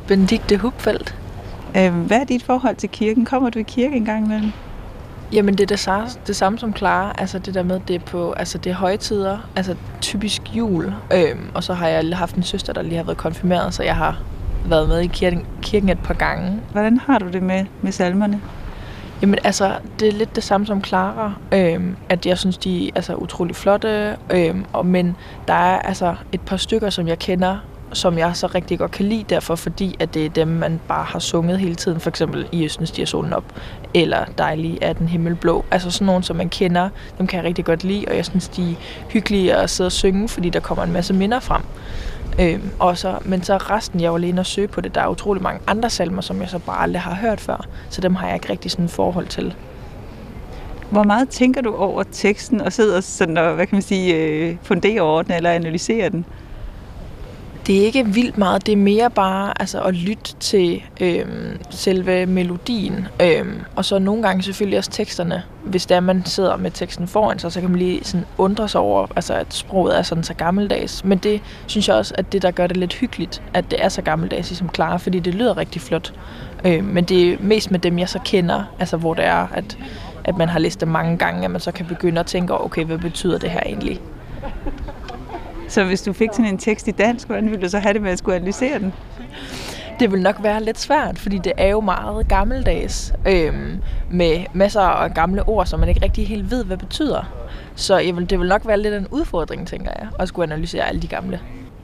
Benedikte Hupfeldt. Øh, hvad er dit forhold til kirken? Kommer du i kirke en gang imellem? Jamen, det er det, samme, det samme som Clara. Altså det der med, det er på, altså det er højtider, altså typisk jul. Øhm, og så har jeg haft en søster, der lige har været konfirmeret, så jeg har været med i kirken, kirken et par gange. Hvordan har du det med, med salmerne? Jamen altså, det er lidt det samme som Clara, øhm, at jeg synes, de er altså, utrolig flotte, øhm, og, men der er altså et par stykker, som jeg kender, som jeg så rigtig godt kan lide derfor, fordi at det er dem, man bare har sunget hele tiden. For eksempel I Østen stiger solen op, eller Dejlig er den himmelblå. Altså sådan nogle, som man kender, dem kan jeg rigtig godt lide, og jeg synes, de er hyggelige at sidde og synge, fordi der kommer en masse minder frem. Øhm, og så, men så resten, jeg var lige inde og søge på det, der er utrolig mange andre salmer, som jeg så bare aldrig har hørt før, så dem har jeg ikke rigtig sådan et forhold til. Hvor meget tænker du over teksten, og sidder sådan og, hvad kan man sige, øh, funderer over den, eller analyserer den? Det er ikke vildt meget, det er mere bare altså, at lytte til øhm, selve melodien, øhm, og så nogle gange selvfølgelig også teksterne. Hvis der man sidder med teksten foran sig, så kan man lige sådan undre sig over, altså, at sproget er sådan så gammeldags. Men det synes jeg også, at det der gør det lidt hyggeligt, at det er så gammeldags ligesom Clara, fordi det lyder rigtig flot. Øhm, men det er mest med dem, jeg så kender, altså hvor det er, at, at man har læst det mange gange, at man så kan begynde at tænke, okay, hvad betyder det her egentlig? Så hvis du fik sådan en tekst i dansk, hvordan ville du så have det med at skulle analysere den? Det vil nok være lidt svært, fordi det er jo meget gammeldags, øhm, med masser af gamle ord, som man ikke rigtig helt ved, hvad betyder. Så jeg vil, det vil nok være lidt en udfordring, tænker jeg, at skulle analysere alle de gamle.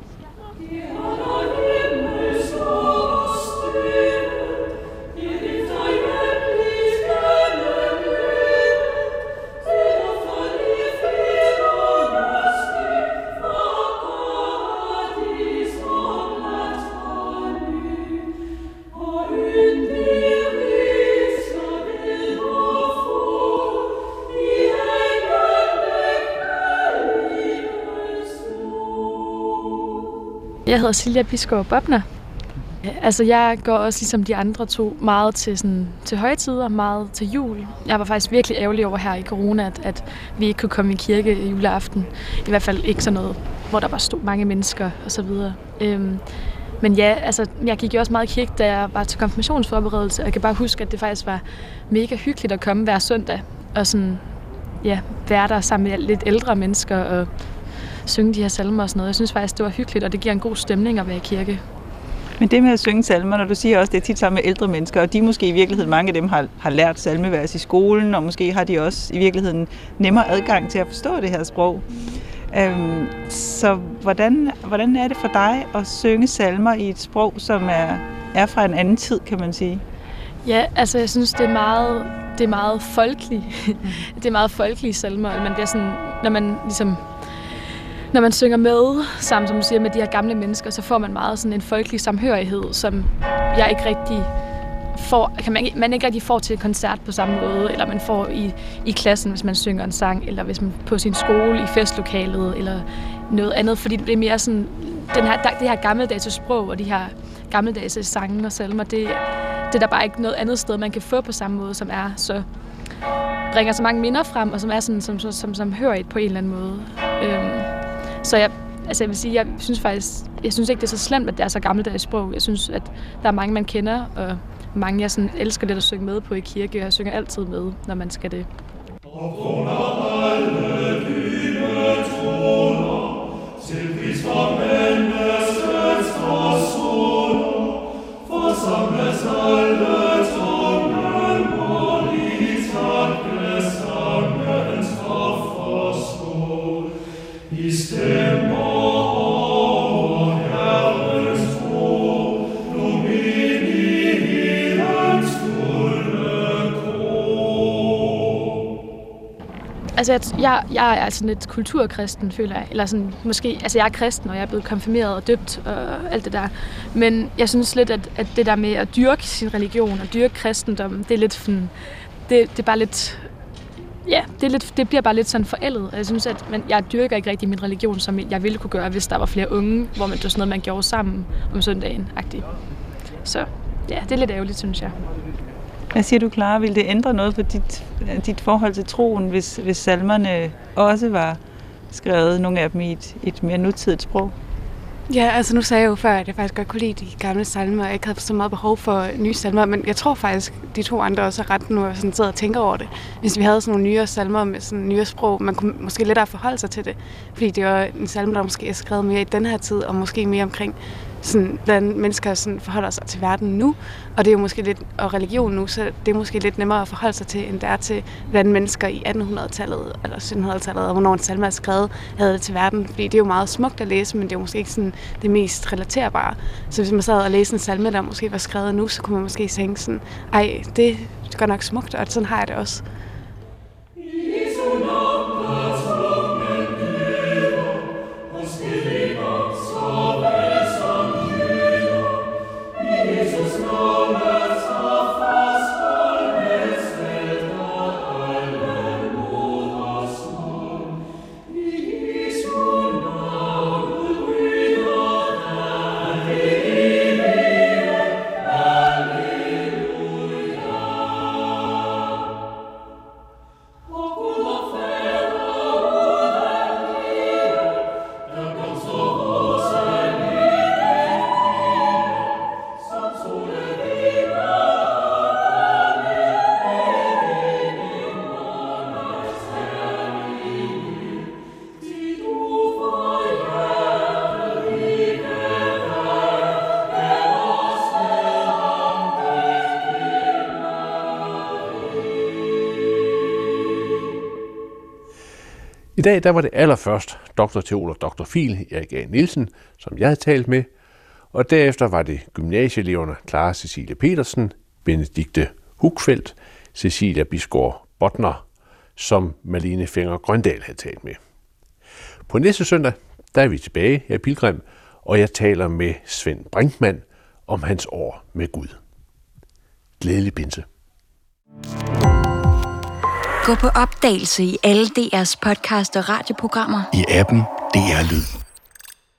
Jeg hedder Silja Bisgaard Bobner. Altså, jeg går også ligesom de andre to meget til, sådan, til højtider, meget til jul. Jeg var faktisk virkelig ærgerlig over her i corona, at, at vi ikke kunne komme i kirke i juleaften. I hvert fald ikke sådan noget, hvor der var stod mange mennesker og så videre. Øhm, men ja, altså, jeg gik jo også meget i kirke, da jeg var til konfirmationsforberedelse. Jeg kan bare huske, at det faktisk var mega hyggeligt at komme hver søndag og sådan, ja, være der sammen med lidt ældre mennesker og synge de her salmer og sådan noget. Jeg synes faktisk, det var hyggeligt, og det giver en god stemning at være i kirke. Men det med at synge salmer, når du siger også, det er tit sammen med ældre mennesker, og de måske i virkeligheden, mange af dem har, har lært salmevers i skolen, og måske har de også i virkeligheden nemmere adgang til at forstå det her sprog. Øhm, så hvordan, hvordan er det for dig at synge salmer i et sprog, som er, er fra en anden tid, kan man sige? Ja, altså jeg synes, det er meget, det er meget folkeligt. Mm. Det er meget folkelige salmer, man bliver sådan, når man ligesom Når man synger med, sammen som du siger, med de her gamle mennesker, så får man meget sådan en folkelig samhørighed, som jeg ikke rigtig får, kan man, man ikke rigtig får til en koncert på samme måde, eller man får i, i klassen, hvis man synger en sang, eller hvis man på sin skole, i festlokalet, eller noget andet, fordi det er mere sådan, den her, det her gammeldags sprog, og de her gammeldags sange og salmer, det, det er der bare ikke noget andet sted, man kan få på samme måde, som er så bringer så mange minder frem, og som er sådan, som, som, som, som hører på en eller anden måde. Øhm, Så jeg, altså jeg vil sige, jeg synes faktisk, jeg synes ikke, det er så slemt, at det er så gammeldags sprog. Jeg synes, at der er mange, man kender, og mange, jeg sådan elsker det at synge med på i kirke, og jeg synger altid med, når man skal det. Altså, jeg, jeg, jeg er sådan lidt kulturkristen, føler jeg. Eller sådan, måske, altså jeg er kristen, og jeg er blevet konfirmeret og døbt og alt det der. Men jeg synes lidt, at, at det der med at dyrke sin religion og dyrke kristendom, det er lidt sådan, det, det er bare lidt, ja, det, er lidt, det bliver bare lidt sådan forældet. Jeg synes, at man, jeg dyrker ikke rigtig min religion, som jeg ville kunne gøre, hvis der var flere unge, hvor man, det var sådan noget, man gjorde sammen om søndagen-agtigt. Så ja, det er lidt ærgerligt, synes jeg. Hvad siger du, Clara? Vil det ændre noget på dit, dit forhold til troen, hvis, hvis salmerne også var skrevet, nogle af dem i et, et mere nutidigt sprog? Ja, altså nu sagde jeg jo før, at jeg faktisk godt kunne lide de gamle salmer, og jeg ikke havde så meget behov for nye salmer, men jeg tror faktisk, de to andre også er ret nu, og sådan sidder og tænker over det. Hvis vi havde sådan nogle nyere salmer med sådan nyere sprog, man kunne måske lettere forholde sig til det, fordi det var en salme, der måske er skrevet mere i den her tid, og måske mere omkring sådan, hvordan mennesker sådan forholder sig til verden nu, og det er jo måske lidt, og religion nu, så det er måske lidt nemmere at forholde sig til, end det er til, hvordan mennesker i attenhundredetallet eller syttenhundredetallet, og hvornår en salme er skrevet, havde det til verden, fordi det er jo meget smukt at læse, men det er jo måske ikke sådan det mest relaterbare. Så hvis man sad og læste en salme, der måske var skrevet nu, så kunne man måske tænke sådan, ej, det er godt nok smukt, og sådan har jeg det også. I dag der var det allerførst doktor teolog doktor Fil Erik A. Nielsen, som jeg havde talt med, og derefter var det gymnasieeleverne Clara Cecilie Petersen, Benedikte Hugfeldt, Cecilia Bisgaard Botner, som Malene Fenger Grøndal havde talt med. På næste søndag der er vi tilbage her i Pilgrim, og jeg taler med Svend Brinkmann om hans år med Gud. Glædelig pinse. Gå på opdagelse i alle D R's podcast og radioprogrammer. I appen D R Lyd.